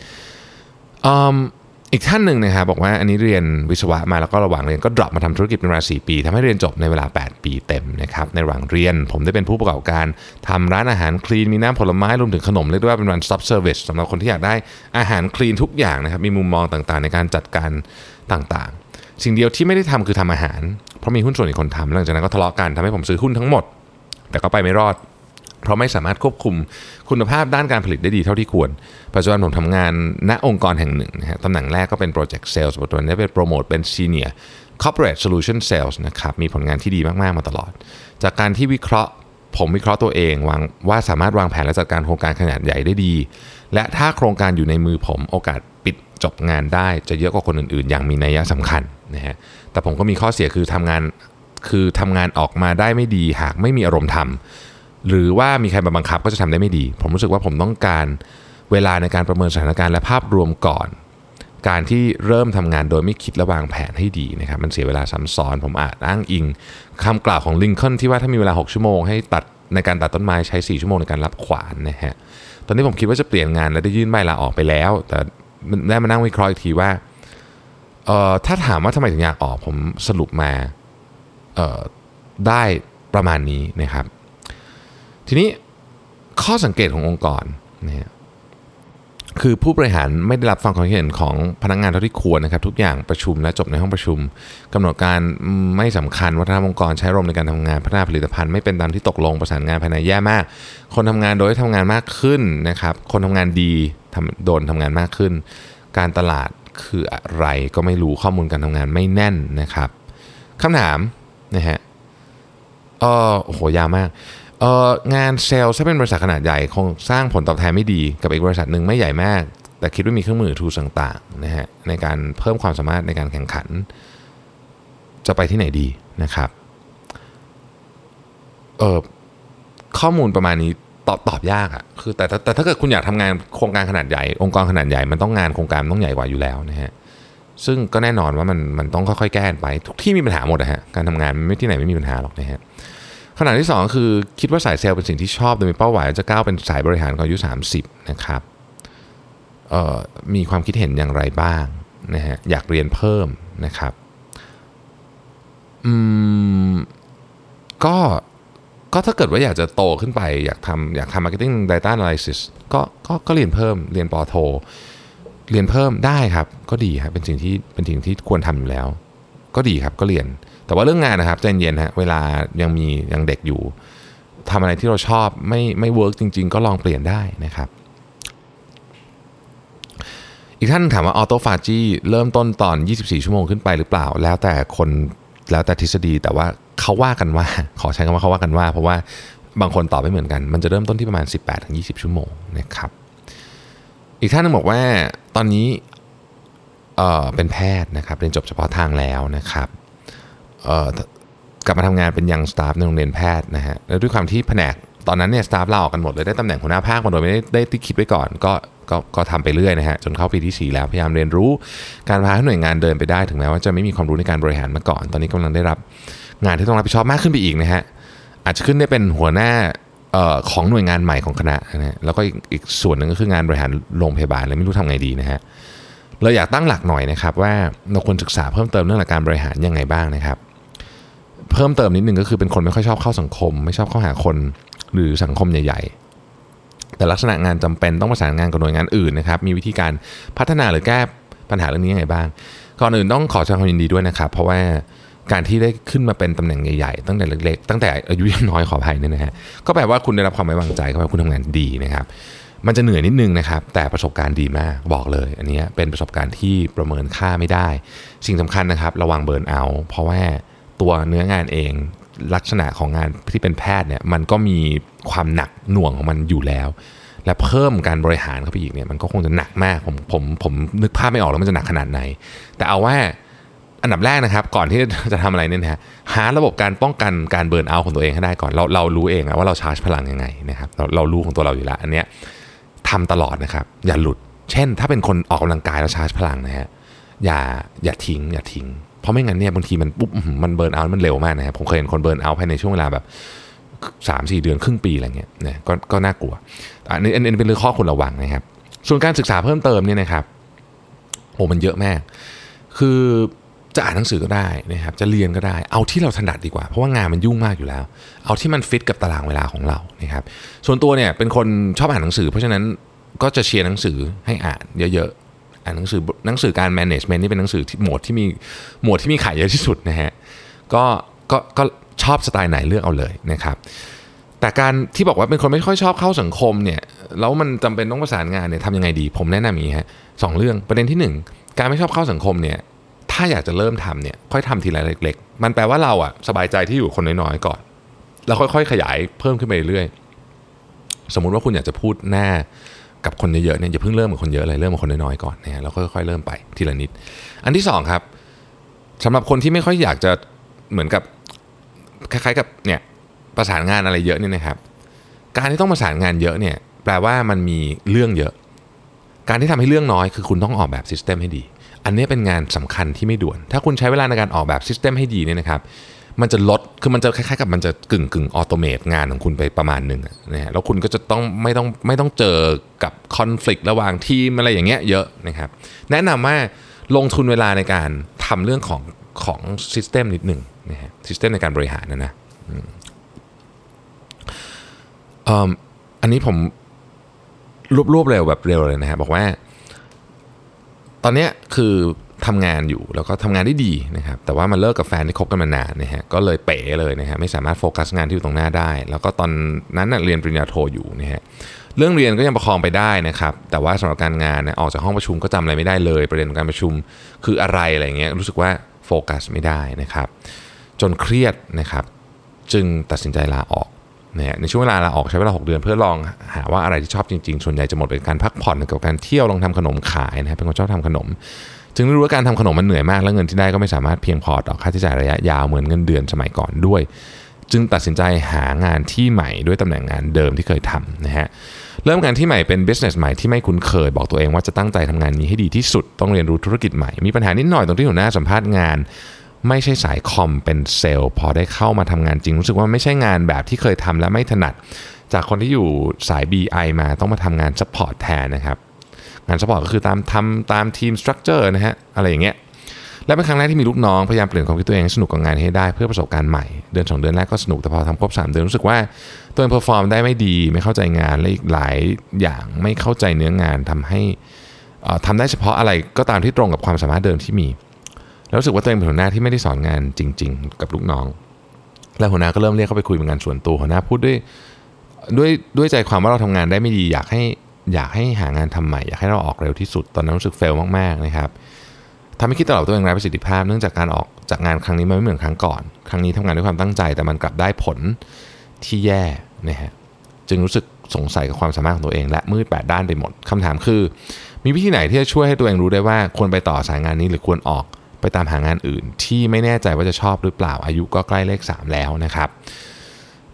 อีกท่านหนึ่งนะครับบอกว่าอันนี้เรียนวิศวะมาแล้วก็ระหว่างเรียนก็ดรอปมาทำธุรกิจเป็นเวลาสี่ปีทำให้เรียนจบในเวลาแปดปีเต็มนะครับในระหว่างเรียนผมได้เป็นผู้ประกอบการทำร้านอาหารคลีนมีน้ำผลไม้รวมถึงขนมเรียกได้ว่าเป็น one stop service สำหรับคนที่อยากได้อาหารคลีนทุกอย่างนะครับมีมุมมองต่างๆในการจัดการต่างๆสิ่งเดียวที่ไม่ได้ทำคือทำอาหารเพราะมีหุ้นส่วนอีกคนทำหลังจากนั้นก็ทะเลาะกันทำให้ผมซื้อหุ้นทั้งหมดแต่ก็ไปไม่รอดเพราะไม่สามารถควบคุมคุณภาพด้านการผลิตได้ดีเท่าที่ควรปัจจุบันผมทำงานณองค์กรแห่งหนึ่งนะฮะตำแหน่งแรกก็เป็น Project Sales ปัจจุบันได้เป็นโปรโมทเป็น Senior Corporate Solution Sales นะครับมีผลงานที่ดีมากๆมาตลอดจากการที่วิเคราะห์ผมวิเคราะห์ตัวเองวางว่าสามารถวางแผนและจัดการโครงการขนาดใหญ่ได้ดีและถ้าโครงการอยู่ในมือผมโอกาสปิดจบงานได้จะเยอะกว่าคนอื่นๆอย่างมีนัยสำคัญนะฮะแต่ผมก็มีข้อเสียคือทำงานคือทำงานออกมาได้ไม่ดีหากไม่มีอารมณ์ทำหรือว่ามีใครมาบังคับก็จะทำได้ไม่ดีผมรู้สึกว่าผมต้องการเวลาในการประเมินสถานการณ์และภาพรวมก่อนการที่เริ่มทำงานโดยไม่คิดและวางแผนให้ดีนะครับมันเสียเวลาซ้ำซ้อนผมอาจอ้างอิงคำกล่าวของลิงคอล์นที่ว่าถ้ามีเวลาหกชั่วโมงให้ตัดในการตัดต้นไม้ใช้สี่ชั่วโมงในการรับขวานนะฮะตอนนี้ผมคิดว่าจะเปลี่ยนงานและได้ยื่นใบลาออกไปแล้วแต่ได้มานั่งวิเคราะห์อีกทีว่าเอ่อถ้าถามว่าทำไมถึงอยากออกผมสรุปมาเอ่อได้ประมาณนี้นะครับทีนี้ข้อสังเกตขององค์กรนะฮะคือผู้บริหารไม่ได้รับฟังความคิดเห็นของพนักงานเท่าที่ควรนะครับทุกอย่างประชุมและจบในห้องประชุมกำหนดการไม่สำคัญวัฒนธรรมองค์กรใช้ร่วมในการทำงานพัฒนาผลิตภัณฑ์ไม่เป็นตามที่ตกลงประสานงานภายในแย่มากคนทำงานโดยทำงานมากขึ้นนะครับคนทำงานดีทำโดนทำงานมากขึ้นการตลาดคืออะไรก็ไม่รู้ข้อมูลการทำงานไม่แน่นนะครับคำถามนะฮะเออโอ้โหยาวมากเอ่องานเซลล์ถ้าเป็นบริษัทขนาดใหญ่คงสร้างผลตอบแทนไม่ดีกับอีกบริษัทหนึ่งไม่ใหญ่มากแต่คิดว่ามีเครื่องมือทูลต่างๆนะฮะในการเพิ่มความสามารถในการแข่งขันจะไปที่ไหนดีนะครับเอ่อข้อมูลประมาณนี้ตอบตอบยากอ่ะคือแต่แต่ถ้าเกิดคุณอยากทำงานโครงการขนาดใหญ่องค์กรขนาดใหญ่มันต้องงานโครงการต้องใหญ่กว่าอยู่แล้วนะฮะซึ่งก็แน่นอนว่ามันมันต้องค่อยๆแก้ไปทุกที่มีปัญหาหมดนะฮะการทำงานไม่ที่ไหนไม่มีปัญหาหรอกนะฮะขณะที่สองคือคิดว่าสายเซลล์เป็นสิ่งที่ชอบโดยมีเป้าหมายจะก้าวเป็นสายบริหารก่อนอายุสามสิบนะครับเอ่อมีความคิดเห็นอย่างไรบ้างนะฮะอยากเรียนเพิ่มนะครับอืมก็ก็ถ้าเกิดว่าอยากจะโตขึ้นไปอยากทำอยากทำ marketing data analysis ก็ก็ก็เรียนเพิ่มเรียนปอโทเรียนเพิ่มได้ครับก็ดีครับเป็นสิ่งที่เป็นสิ่งที่ควรทำอยู่แล้วก็ดีครับก็เรียนแต่ว่าเรื่องงานนะครับใจเย็นฮะเวลายังมียังเด็กอยู่ทำอะไรที่เราชอบไม่ไม่เวิร์กจริงๆก็ลองเปลี่ยนได้นะครับอีกท่านถามว่าออโตฟาจีเริ่มต้นตอนยี่สิบสี่ชั่วโมงขึ้นไปหรือเปล่าแล้วแต่คนแล้วแต่ทฤษฎีแต่ว่าเขาว่ากันว่าขอใช้คำว่าเขาว่ากันว่าเพราะว่าบางคนตอบไม่เหมือนกันมันจะเริ่มต้นที่ประมาณ สิบแปดถึงยี่สิบ ชั่วโมงนะครับอีกท่านนึงบอกว่าตอนนี้เอ่อเป็นแพทย์นะครับเรียนจบเฉพาะทางแล้วนะครับเอ่อกลับมาทำงานเป็นยังสตาฟในโรงเรียนแพทย์นะฮะแล้วด้วยความที่แผนกตอนนั้นเนี่ยสตาฟลาออกกันหมดเลยได้ตำแหน่งหัวหน้าภาคมาโดยไม่ได้ได้ที่คิดไว้ก่อนก็ก็ก็ทำไปเรื่อยนะฮะจนเข้าปีที่สี่แล้วพยายามเรียนรู้การพาให้หน่วยงานเดินไปได้ถึงแม้ว่าจะไม่มีความรู้ในการบริหารมาก่อนตอนนี้กำลังได้รับงานที่ต้องรับผิดชอบมากขึ้นไปอีกนะฮะอาจจะขึ้นได้เป็นหัวหน้าเอ่อของหน่วยงานใหม่ของคณะนะฮะแล้วก็อีกอีกส่วนหนึ่งก็คืองานบริหารโรงพยาบาลเลยไม่รู้ทำไงดีนะฮะเราอยากตั้งหลักหน่อยนะครับว่าเราควรศึกษาเพิ่มเติมเรื่องหลักการบริหารยังไงบ้างนะครับเพิ่มเติมนิดนึงก็คือเป็นคนไม่ค่อยชอบเข้าสังคมไม่ชอบเข้าหาคนหรือสังคมใหญ่ๆแต่ลักษณะงานจำเป็นต้องประสานงานกับหน่วยงานอื่นนะครับมีวิธีการพัฒนาหรือแก้ปัญหาเรื่องนี้ยังไงบ้างก่อนอื่นต้องขอแสดงความยินดีด้วยนะครับเพราะว่าการที่ได้ขึ้นมาเป็นตำแหน่งใหญ่ๆตั้งแต่เล็กๆตั้งแต่อายุยังน้อยขออภัยเนี่ยนะฮะก็แปลว่าคุณได้รับความไว้วางใจก็แปลว่าคุณทำงานดีนะครับมันจะเหนื่อยนิดนึงนะครับแต่ประสบการณ์ดีมากบอกเลยอันนี้เป็นประสบการณ์ที่ประเมินค่าไม่ได้สิ่งสำคัญนะครับระวังเบิร์นเอาท์เพราะว่าตัวเนื้องานเองลักษณะของงานที่เป็นแพทย์เนี่ยมันก็มีความหนักหน่วงของมันอยู่แล้วและเพิ่มการบริหารเข้าไปอีกเนี่ยมันก็คงจะหนักมากผมผมผมนึกภาพไม่ออกแล้วมันจะหนักขนาดไหนแต่เอาว่าอันดับแรกนะครับก่อนที่จะทำอะไรเนี่ยนะฮะหาระบบการป้องกันการเบิร์นเอาท์ของตัวเองให้ได้ก่อนเราเรารู้เองว่าเราชาร์จพลังยังไงนะครับเราเรารู้ของตัวเราอยู่แล้วอันเนี้ยทำตลอดนะครับอย่าหลุดเช่นถ้าเป็นคนออกกำลังกายแล้วชาร์จพลังนะฮะอย่าอย่าทิ้งอย่าทิ้งเพราะไม่งั้นเนี่ยบางทีมันปุ๊บมันเบิร์นเอาท์มันเร็วมากนะครับผมเคยเห็นคนเบิร์นเอาท์ภายในช่วงเวลาแบบ สามสี่ เดือนครึ่งปีอะไรเงี้ยนะก็ก็น่ากลัวอันนี้อันนี้เป็นเรื่องข้อควรระวังนะครับส่วนการศึกษาเพิ่มเติมเนี่ยนะครับโอ้มันเยอะมากคือจะอ่านหนังสือก็ได้นะครับจะเรียนก็ได้เอาที่เราถนัดดีกว่าเพราะว่างานมันยุ่งมากอยู่แล้วเอาที่มันฟิตกับตารางเวลาของเรานะครับส่วนตัวเนี่ยเป็นคนชอบอ่านหนังสือเพราะฉะนั้นก็จะเชียร์หนังสือให้อ่านเยอะๆอ่านหนังสือหนังสือการ management นี่เป็นหนังสือที่โหมดที่มีโหมดที่มีขายเยอะที่สุดนะฮะก็ก็ก็ชอบสไตล์ไหนเลือกเอาเลยนะครับแต่การที่บอกว่าเป็นคนไม่ค่อยชอบเข้าสังคมเนี่ยแล้วมันจำเป็นต้องประสานงานเนี่ยทำยังไงดีผมแนะนำอย่างนี้ฮะสองเรื่องประเด็นที่หนึ่งการไม่ชอบเข้าสังคมเนี่ยถ้าอยากจะเริ่มทำเนี่ยค่อยทำทีละเล็กๆมันแปลว่าเราอะสบายใจที่อยู่คนน้อยๆก่อนแล้วค่อยๆขยายเพิ่มขึ้นไปเรื่อยๆสมมุติว่าคุณอยากจะพูดหน้ากับคนเยอะๆเนี่ยอย่าเพิ่งเริ่มกับคนเยอะเลยเริ่มกับคนน้อยๆก่อนนะฮะแล้วค่อยๆเริ่มไปทีละนิดอันที่สองครับสำหรับคนที่ไม่ค่อยอยากจะเหมือนกับคล้ายๆกับเนี่ยประสานงานอะไรเยอะเนี่ยนะครับการที่ต้องประสานงานเยอะเนี่ยแปลว่ามันมีเรื่องเยอะการที่ทำให้เรื่องน้อยคือคุณต้องออกแบบซิสเต็มให้ดีอันนี้เป็นงานสำคัญที่ไม่ด่วนถ้าคุณใช้เวลาในการออกแบบซิสเต็มให้ดีเนี่ยนะครับมันจะลดคือมันจะคล้ายๆกับมันจะกึ่งกึ่งออโตเมตงานของคุณไปประมาณนึงนะฮะแล้วคุณก็จะต้องไม่ต้องไม่ต้องเจอกับคอนฟลิกต์ระหว่างทีมอะไรอย่างเงี้ยเยอะนะครับแนะนำว่าลงทุนเวลาในการทำเรื่องของของซิสเต็มนิดหนึ่งนะฮะซิสเต็มในการบริหารนะนะอันนี้ผมรวบๆเร็วแบบเร็วเลยนะฮะบอกว่าตอนนี้คือทำงานอยู่แล้วก็ทำงานได้ดีนะครับแต่ว่ามันเลิกกับแฟนที่คบกันมานานนะฮะก็เลยเป๋เลยนะฮะไม่สามารถโฟกัสงานที่อยู่ตรงหน้าได้แล้วก็ตอนนั้นเรียนปริญญาโทอยู่นะฮะเรื่องเรียนก็ยังประคองไปได้นะครับแต่ว่าสำหรับการงานเนี่ยออกจากห้องประชุมก็จำอะไรไม่ได้เลยประเด็นของการประชุมคืออะไรอะไรเงี้ยรู้สึกว่าโฟกัสไม่ได้นะครับจนเครียดนะครับจึงตัดสินใจลาออกเนี่ยในช่วงเวลาลาออกใช้เวลาหกเดือนเพื่อลองหาว่าอะไรที่ชอบจริงๆส่วนใหญ่จะหมดไปกับการพักผ่อนกับการเที่ยวลองทำขนมขายนะครับเป็นคนชอบทำขนมจึงรู้ว่าการทำขนมมันเหนื่อยมากและเงินที่ได้ก็ไม่สามารถเพียงพอต่อค่าใช้จ่ายระยะยาวเหมือนเงินเดือนสมัยก่อนด้วยจึงตัดสินใจหางานที่ใหม่ด้วยตำแหน่งงานเดิมที่เคยทำนะฮะเริ่มงานที่ใหม่เป็น business ใหม่ที่ไม่คุ้นเคยบอกตัวเองว่าจะตั้งใจทำงานนี้ให้ดีที่สุดต้องเรียนรู้ธุรกิจใหม่มีปัญหานิดหน่อยตรงที่หัวหน้าสัมภาษณ์งานไม่ใช่สายคอมเป็นเซลล์พอได้เข้ามาทำงานจริงรู้สึกว่าไม่ใช่งานแบบที่เคยทำและไม่ถนัดจากคนที่อยู่สาย บี ไอ มาต้องมาทำงาน support แทนนะครับงาน support ก็คือตามทำตามทีม structure นะฮะอะไรอย่างเงี้ยและเป็นครั้งแรกที่มีลูกน้องพยายามเปลี่ยนความคิดตัวเองให้สนุกกับงานให้ได้เพื่อประสบการณ์ใหม่เดือนสองเดือนแรกก็สนุกแต่พอทำครบสามเดือนรู้สึกว่าตัวเอง perform ได้ไม่ดีไม่เข้าใจงานและอีกหลายอย่างไม่เข้าใจเนื้องานทำให้ทำได้เฉพาะอะไรก็ตามที่ตรงกับความสามารถเดิมที่มีแล้วรู้สึกว่าตัวเองเป็นหัวหน้าที่ไม่ได้สอนงานจริงๆกับลูกน้องแล้วหัวหน้าก็เริ่มเรียกเข้าไปคุยเป็นงานส่วนตัวหัวหน้าพูดด้วยด้วยด้วยใจความว่าเราทำงานได้ไม่ดีอยากให้อยากให้หางานทำใหม่อยากให้เราออกเร็วที่สุดตอนนั้นรู้สึกเฟลมากๆนะครับทำให้คิดตลอดตัวเองไร้ประสิทธิภาพเนื่องจากการออกจากงานครั้งนี้มันไม่เหมือนครั้งก่อนครั้งนี้ทำงานด้วยความตั้งใจแต่มันกลับได้ผลที่แย่นะฮะจึงรู้สึกสงสัยกับความสามารถของตัวเองและมืดแปดด้านไปหมดคำถามคือมีวิธีไหนที่จะช่วยให้ตัวเองรู้ได้ว่าควรไปต่อสายงานนี้หรือควรออกไปตามหางานอื่นที่ไม่แน่ใจว่าจะชอบหรือเปล่าอายุก็ใกล้เลขสามแล้วนะครับ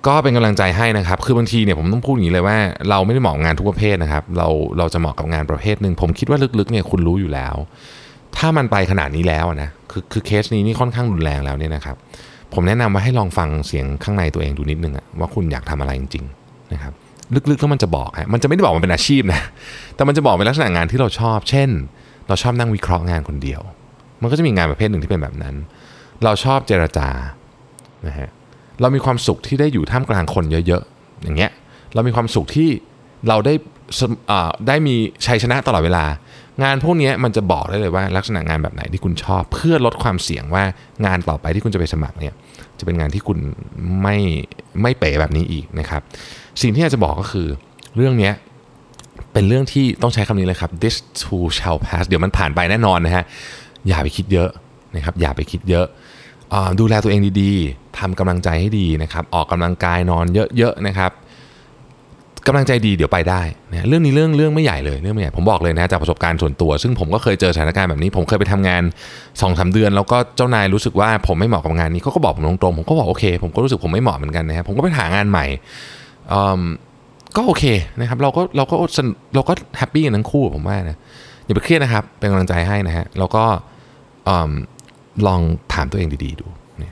ก็เป็นกำลังใจให้นะครับคือบางทีเนี่ยผมต้องพูดอย่างนี้เลยว่าเราไม่ได้เหมาะกับงานทุกประเภทนะครับเราเราจะเหมาะกับงานประเภทนึงผมคิดว่าลึกๆเนี่ยคุณรู้อยู่แล้วถ้ามันไปขนาดนี้แล้วนะคือคือเคสนี้นี่ค่อนข้างรุนแรงแล้วเนี่ยนะครับผมแนะนำว่าให้ลองฟังเสียงข้างในตัวเองดูนิดนึงอะว่าคุณอยากทำอะไรจริงๆนะครับลึกๆแล้วมันจะบอกฮะมันจะไม่ได้บอกมันเป็นอาชีพนะแต่มันจะบอกเป็นลักษณะงานที่เราชอบเช่นเราชอบนั่งวิเคราะห์งานคนเดียวมันก็จะมีงานประเภทหนึ่งที่เป็นแบบนั้นเราชอบเจรจานะฮะเรามีความสุขที่ได้อยู่ท่ามกลางคนเยอะๆอย่างเงี้ยเรามีความสุขที่เราได้ได้มีชัยชนะตลอดเวลางานพวกนี้มันจะบอกได้เลยว่าลักษณะงานแบบไหนที่คุณชอบเพื่อลดความเสี่ยงว่างานต่อไปที่คุณจะไปสมัครเนี่ยจะเป็นงานที่คุณไม่ไม่เป๋แบบนี้อีกนะครับสิ่งที่อยากจะบอกก็คือเรื่องนี้เป็นเรื่องที่ต้องใช้คำนี้เลยครับ this too shall pass เดี๋ยวมันผ่านไปแน่นอนนะฮะอย่าไปคิดเยอะนะครับอย่าไปคิดเยอะดูแลตัวเองดีๆทำกำลังใจให้ดีนะครับออกกำลังกายนอนเยอะๆนะครับกำลังใจดีเดี๋ยวไปได้นะเรื่องนี้เรื่องเรื่องไม่ใหญ่เลยเรื่องไม่ใหญ่ผมบอกเลยนะจากประสบการณ์ส่วนตัวซึ่งผมก็เคยเจอสถานการณ์แบบนี้ผมเคยไปทำงาน สองถึงสาม เดือนแล้วก็เจ้านายรู้สึกว่าผมไม่เหมาะกับงานนี้เขาก็บอกผมตรงๆผมก็บอกโอเคผมก็รู้สึกผมไม่เหมาะเหมือนกันนะครับผมก็ไปหางานใหม่ก็โอเคนะครับเราก็เราก็เราก็แฮปปี้กันทั้งคู่ผมว่านะอย่าไปเครียดนะครับเป็นกำลังใจให้นะฮะแล้วก็ลองถามตัวเองดีๆดูเนี่ย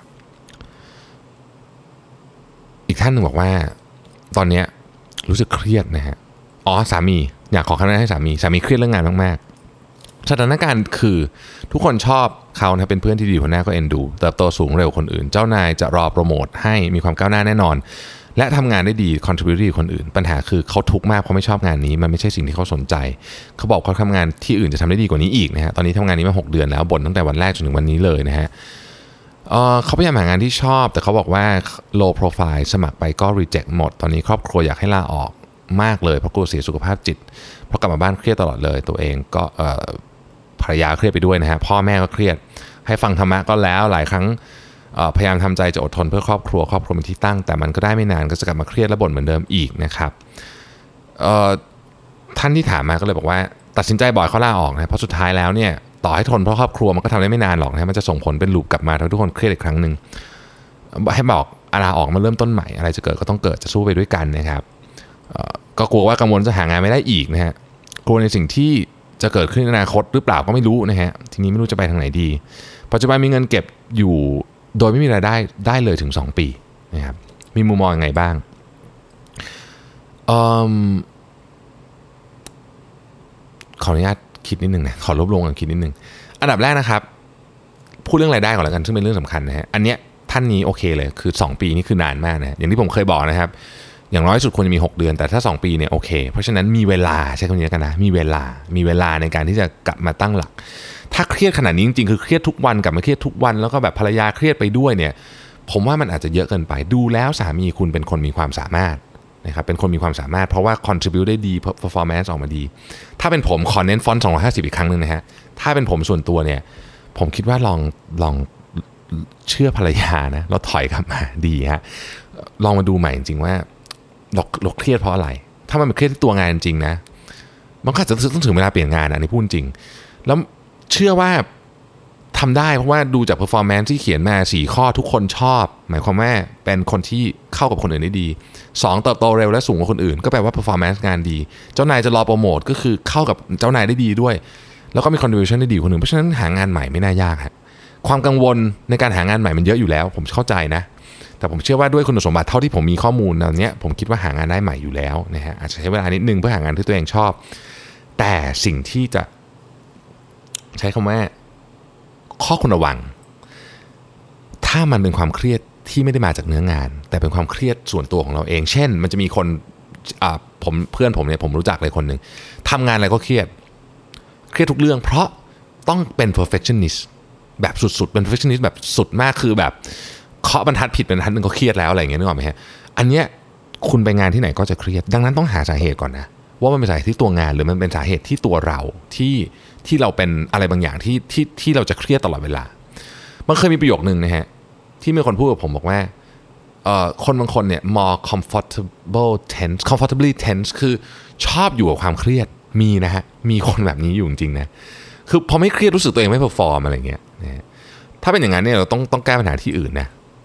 อีกท่านหนึ่งบอกว่าตอนนี้รู้สึกเครียดนะฮะอ๋อสามีอยากขอคำแนะนำให้สามีสามีเครียดเรื่องงานมากๆสถานการณ์คือทุกคนชอบเขานะเป็นเพื่อนที่ดีหัวหน้าก็เอ็นดูเติบโตสูงเร็วคนอื่นเจ้านายจะรอโปรโมทให้มีความก้าวหน้าแน่นอนและทำงานได้ดี contribute คนอื่นปัญหาคือเขาทุกข์มากเพราะไม่ชอบงานนี้มันไม่ใช่สิ่งที่เขาสนใจเขาบอกเขาทำงานที่อื่นจะทำได้ดีกว่านี้อีกนะฮะตอนนี้ทำงานนี้มาหกเดือนแล้วบ่นตั้งแต่วันแรกจนถึงวันนี้เลยนะฮะเอ่อเขาพยายามหางานที่ชอบแต่เขาบอกว่า low profile สมัครไปก็ reject หมดตอนนี้ครอบครัวอยากให้ลาออกมากเลยเพราะกลัวเสียสุขภาพจิตเพราะกลับมาบ้านเครียดตลอดเลยตัวเองก็เอ่อภรรยาเครียดไปด้วยนะฮะพ่อแม่ก็เครียดให้ฟังธรรมะก็แล้วหลายครั้งพยายามทำใจจะอดทนเพื่อครอบครัวครอบครัวเป็นที่ตั้งแต่มันก็ได้ไม่นานก็จะกลับมาเครียดและบ่นเหมือนเดิมอีกนะครับท่านที่ถามมาก็เลยบอกว่าตัดสินใจบ่อยเขาลาออกนะเพราะสุดท้ายแล้วเนี่ยต่อให้ทนเพราะครอบครัวมันก็ทำได้ไม่นานหรอกนะมันจะส่งผลเป็นลูปกลับมาทำให้ทุกคนเครียดอีกครั้งนึงให้บอกลาออกมาเริ่มต้นใหม่อะไรจะเกิดก็ต้องเกิดจะสู้ไปด้วยกันนะครับก็กลัวว่ากังวลจะหางานไม่ได้อีกนะฮะกลัวในสิ่งที่จะเกิดขึ้นในอนาคตหรือเปล่าก็ไม่รู้นะฮะทีนี้ไม่รู้จะไปทางไหนดีปัจจุบันมีเงินเก็บอยู่โดยไม่มีรายได้ได้เลยถึงสองปีนะครับมีมุมมองยังไงบ้างขออนุญาตคิดนิดนึงนะขอรวบรวมกันคิดนิดนึงอันดับแรกนะครับพูดเรื่องรายได้ก่อนแล้วกันซึ่งเป็นเรื่องสำคัญนะฮะอันเนี้ยท่านนี้โอเคเลยคือสองปีนี่คือนานมากนะอย่างที่ผมเคยบอกนะครับอย่างน้อยสุดควรจะมีหกเดือนแต่ถ้าสองปีเนี่ยโอเคเพราะฉะนั้นมีเวลาใช้คำนี้กันนะมีเวลามีเวลาในการที่จะกลับมาตั้งหลักถ้าเครียดขนาดนี้จริงๆคือเครียดทุกวันกลับมาเครียดทุกวันแล้วก็แบบภรรยาเครียดไปด้วยเนี่ยผมว่ามันอาจจะเยอะเกินไปดูแล้วสามีคุณเป็นคนมีความสามารถนะครับเป็นคนมีความสามารถเพราะว่า contribute ได้ดี performance ออกมาดีถ้าเป็นผมขอเน้นฟอนต์สองร้อยห้าสิบอีกครั้งนึงนะฮะถ้าเป็นผมส่วนตัวเนี่ยผมคิดว่าลองลองเชื่อภรรยานะเราถอยกลับมาดีฮะลองมาดูใหม่จริงๆว่าเราเราเครียดเพราะอะไรถ้ามันเป็นเครียดที่ตัวงานจริงนะมันก็อาจจะต้องถึงเวลาเปลี่ยนงานนะนี่พูดจริงแล้วเชื่อว่าทำได้เพราะว่าดูจาก performance ที่เขียนมาสี่ข้อทุกคนชอบหมายความว่าเป็นคนที่เข้ากับคนอื่นได้ดีสองเติบโตเร็วและสูงกว่าคนอื่นก็แปลว่า performance งานดีเจ้านายจะรอโปรโมทก็คือเข้ากับเจ้านายได้ดีด้วยแล้วก็มี contribution ได้ดีคนอื่นเพราะฉะนั้นหางานใหม่ไม่น่ายากฮะความกังวลในการหางานใหม่มันเยอะอยู่แล้วผมเข้าใจนะแต่ผมเชื่อว่าด้วยคุณสมบัติเท่าที่ผมมีข้อมูลตอนนี้ผมคิดว่าหางานได้ใหม่อยู่แล้วนะฮะอาจจะใช้เวลานิดนึงเพื่อหางานที่ตัวเองชอบแต่สิ่งที่จะใช้คำว่าข้อควรระวังถ้ามันเป็นความเครียดที่ไม่ได้มาจากเนื้องานแต่เป็นความเครียดส่วนตัวของเราเองเช่นมันจะมีคนอ่าผมเพื่อนผมเนี่ยผมรู้จักเลยคนหนึ่งทำงานอะไรก็เครียดเครียดทุกเรื่องเพราะต้องเป็น perfectionist แบบสุดๆเป็น perfectionist แบบสุดมากคือแบบเคาะบรรทัดผิดบรรทัดนึงก็เครียดแล้วอะไรอย่างเงี้ยนึกออกไหมฮะอันเนี้ยคุณไปงานที่ไหนก็จะเครียดดังนั้นต้องหาสาเหตุก่อนนะว่ามันเป็นสาเหตุที่ตัวงานหรือมันเป็นสาเหตุที่ตัวเราที่ที่เราเป็นอะไรบางอย่างที่ที่ที่เราจะเครียดตลอดเวลามันเคยมีประโยคนึงนะฮะที่มีคนพูดกับผมบอกว่าเอ่อคนบางคนเนี่ย more comfortable tense comfortably tense คือชอบอยู่กับความเครียดมีนะฮะมีคนแบบนี้อยู่จริงๆนะคือพอไม่เครียดรู้สึกตัวเองไม่เพอร์ฟอร์มอะไรเงี้ยนะถ้าเป็นอย่างนั้นเนี่ยเราต้องต้องแก้ปัญหาที่อื่นนะ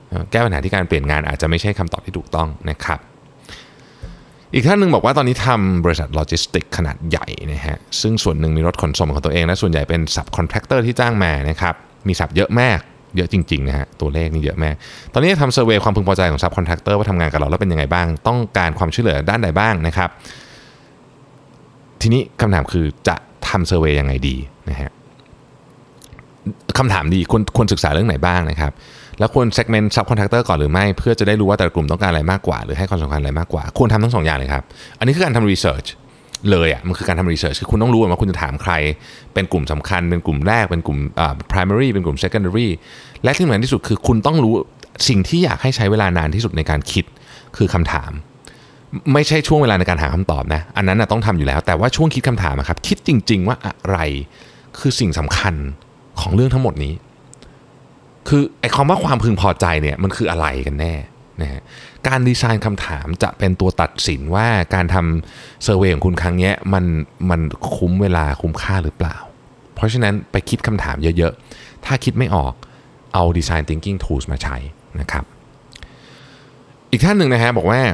แก้ปัญหาที่การเปลี่ยนงานอาจจะไม่ใช่คำตอบที่ถูกต้องนะครับอีกท่านหนึ่งบอกว่าตอนนี้ทำบริษัทโลจิสติกขนาดใหญ่นะฮะซึ่งส่วนหนึ่งมีรถขนส่งของตัวเองและส่วนใหญ่เป็นซับคอนแทคเตอร์ที่จ้างมานะครับมีซับเยอะมากเยอะจริงๆนะฮะตัวเลขนี่เยอะมากตอนนี้ทำเซอร์เวย์ความพึงพอใจของซับคอนแทคเตอร์ว่าทำงานกับเราแล้วเป็นยังไงบ้างต้องการความช่วยเหลือด้านใดบ้างนะครับทีนี้คำถามคือจะทำเซอร์เวย์ยังไงดีนะฮะคำถามดีควรควรศึกษาเรื่องไหนบ้างนะครับแล้วควร segment subcontractor ก่อนหรือไม่เพื่อจะได้รู้ว่าแต่ละกลุ่มต้องการอะไรมากกว่าหรือให้ความสำคัญอะไรมากกว่าควรทำทั้งสองอย่างเลยครับอันนี้คือการทำ research เลยอ่ะมันคือการทำ research คือคุณต้องรู้ว่าคุณจะถามใครเป็นกลุ่มสำคัญเป็นกลุ่มแรกเป็นกลุ่มอ่า primary เป็นกลุ่ม secondary และที่สำคัญที่สุดคือคุณต้องรู้สิ่งที่อยากให้ใช้เวลานานที่สุดในการคิดคือคำถามไม่ใช่ช่วงเวลาในการหาคำตอบนะอันนั้นนะต้องทำอยู่แล้วแต่ว่าช่วงคิดคำถามครับคิดจริงๆว่าอะไรคือสิ่งสำคัญของเรื่องทั้งหมดนี้คือไอ้คำว่าความพึงพอใจเนี่ยมันคืออะไรกันแน่นะฮะการดีไซน์คำถามจะเป็นตัวตัดสินว่าการทำเซอร์เวย์ของคุณครั้งนี้มันมันคุ้มเวลาคุ้มค่าหรือเปล่าเพราะฉะนั้นไปคิดคำถามเยอะๆถ้าคิดไม่ออกเอา Design Thinking Tools มาใช้นะครับอีกท่านหนึ่งนะฮะบอกว่า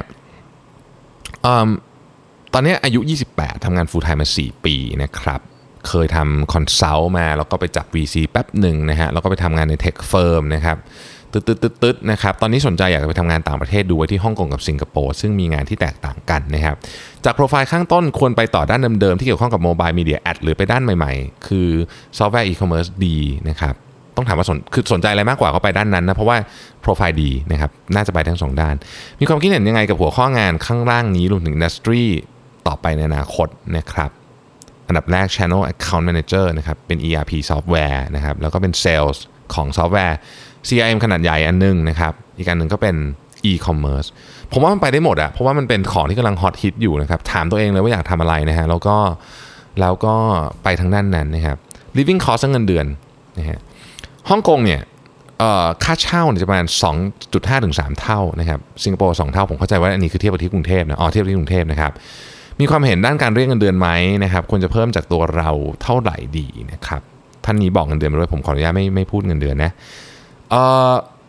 ตอนนี้อายุยี่สิบแปดทำงาน full time มาสี่ปีนะครับเคยทำคอนซัลท์มาแล้วก็ไปจับ วี ซี แป๊บหนึ่งนะฮะแล้วก็ไปทำงานในเทคเฟิร์มนะครับตึ๊ดๆๆนะครับตอนนี้สนใจอยากจะไปทำงานต่างประเทศดูไว้ที่ฮ่องกงกับสิงคโปร์ซึ่งมีงานที่แตกต่างกันนะครับจากโปรไฟล์ข้างต้นควรไปต่อด้านเดิมๆที่เกี่ยวข้องกับโมบายมีเดียแอดหรือไปด้านใหม่ๆคือซอฟต์แวร์อีคอมเมิร์ซดีนะครับต้องถามว่าสนคือสนใจอะไรมากกว่าก็ไปด้านนั้นนะเพราะว่าโปรไฟล์ดีนะครับน่าจะไปทั้งสองด้านมีความคิดเห็นยังไงกับหัวข้องานข้างล่างนี้รวมถึงอินดัสทรีต่อไปในอนาคตนะครับอันดับแรก Channel Account Manager นะครับเป็น อี อาร์ พี Software นะครับแล้วก็เป็น Sales ของซอฟต์แวร์ ซี อาร์ เอ็ม ขนาดใหญ่อันนึงนะครับอีกอันหนึ่งก็เป็น E-commerce ผมว่ามันไปได้หมดอะเพราะว่ามันเป็นของที่กำลังฮอตฮิตอยู่นะครับถามตัวเองเลยว่าอยากทำอะไรนะฮะแล้วก็แล้วก็ไปทางด้านนั้นนะครับ Living Cost เงินเดือนนะฮะฮ่องกงเนี่ยค่าเช่าจะประมาณ สองจุดห้า ถึง สาม เท่านะครับสิงคโปร์สองเท่าผมเข้าใจว่าอันนี้คือเทียบกับที่กรุงเทพนะอ๋อเทียบกับที่กรุงเทพนะครับมีความเห็นด้านการเรียกเงินเดือนไหมนะครับควรจะเพิ่มจากตัวเราเท่าไหร่ดีนะครับท่านนี้บอกเงินเดือนมาด้วยผมขออนุญาตไม่ไม่พูดเงินเดือนนะเอ่อ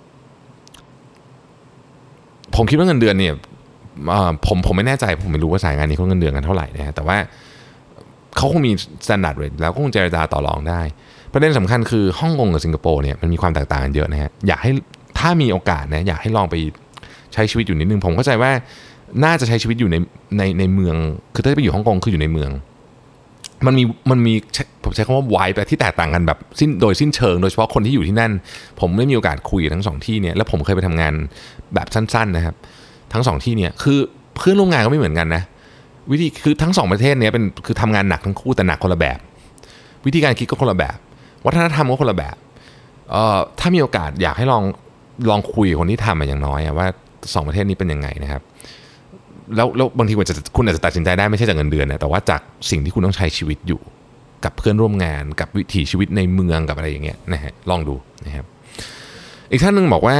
ผมคิดว่าเงินเดือนเนี่ยผมผมไม่แน่ใจผมไม่รู้ว่าสายงานนี้เขาเงินเดือนกันเท่าไหร่นะแต่ว่าเขาคงมี standard rate แล้วก็คงเจรจาต่อรองได้ประเด็นสำคัญคือฮ่องกงกับสิงคโปร์เนี่ยมันมีความแตกต่างกันเยอะนะฮะอยากให้ถ้ามีโอกาสนะอยากให้ลองไปใช้ชีวิตอยู่นิดนึงผมเข้าใจว่าน่าจะใช้ชีวิตอยู่ในในในเมืองคือถ้าไปอยู่ฮ่องกงคืออยู่ในเมืองมันมีมันมีผมใช้คำว่าไวแบบที่แตกต่างกันแบบสิ้นโดยสิ้นเชิงโดยเฉพาะคนที่อยู่ที่นั่นผมได้มีโอกาสคุยทั้งสองที่เนี่ยแล้วผมเคยไปทำงานแบบสั้นๆนะครับทั้งสองที่เนี่ยคือเพื่อนร่วมงานก็ไม่เหมือนกันนะวิธีคือทั้งสองประเทศเนี่ยเป็นคือทำงานหนักทั้งคู่แต่หนักคนละแบบวิธีการคิดก็คนละแบบวัฒนธรรมก็คนละแบบเอ่อถ้ามีโอกาสอยากให้ลองลองคุยกับคนที่ทำอย่างน้อยว่าสองประเทศนี้เป็นยังไงนะครับแล้วแล้วบางทีคุณจะคุณอาจจะตัดสินใจได้ไม่ใช่จากเงินเดือนนะแต่ว่าจากสิ่งที่คุณต้องใช้ชีวิตอยู่กับเพื่อนร่วมงานกับวิถีชีวิตในเมืองกับอะไรอย่างเงี้ยนะฮะลองดูนะครับอีกท่านนึงบอกว่า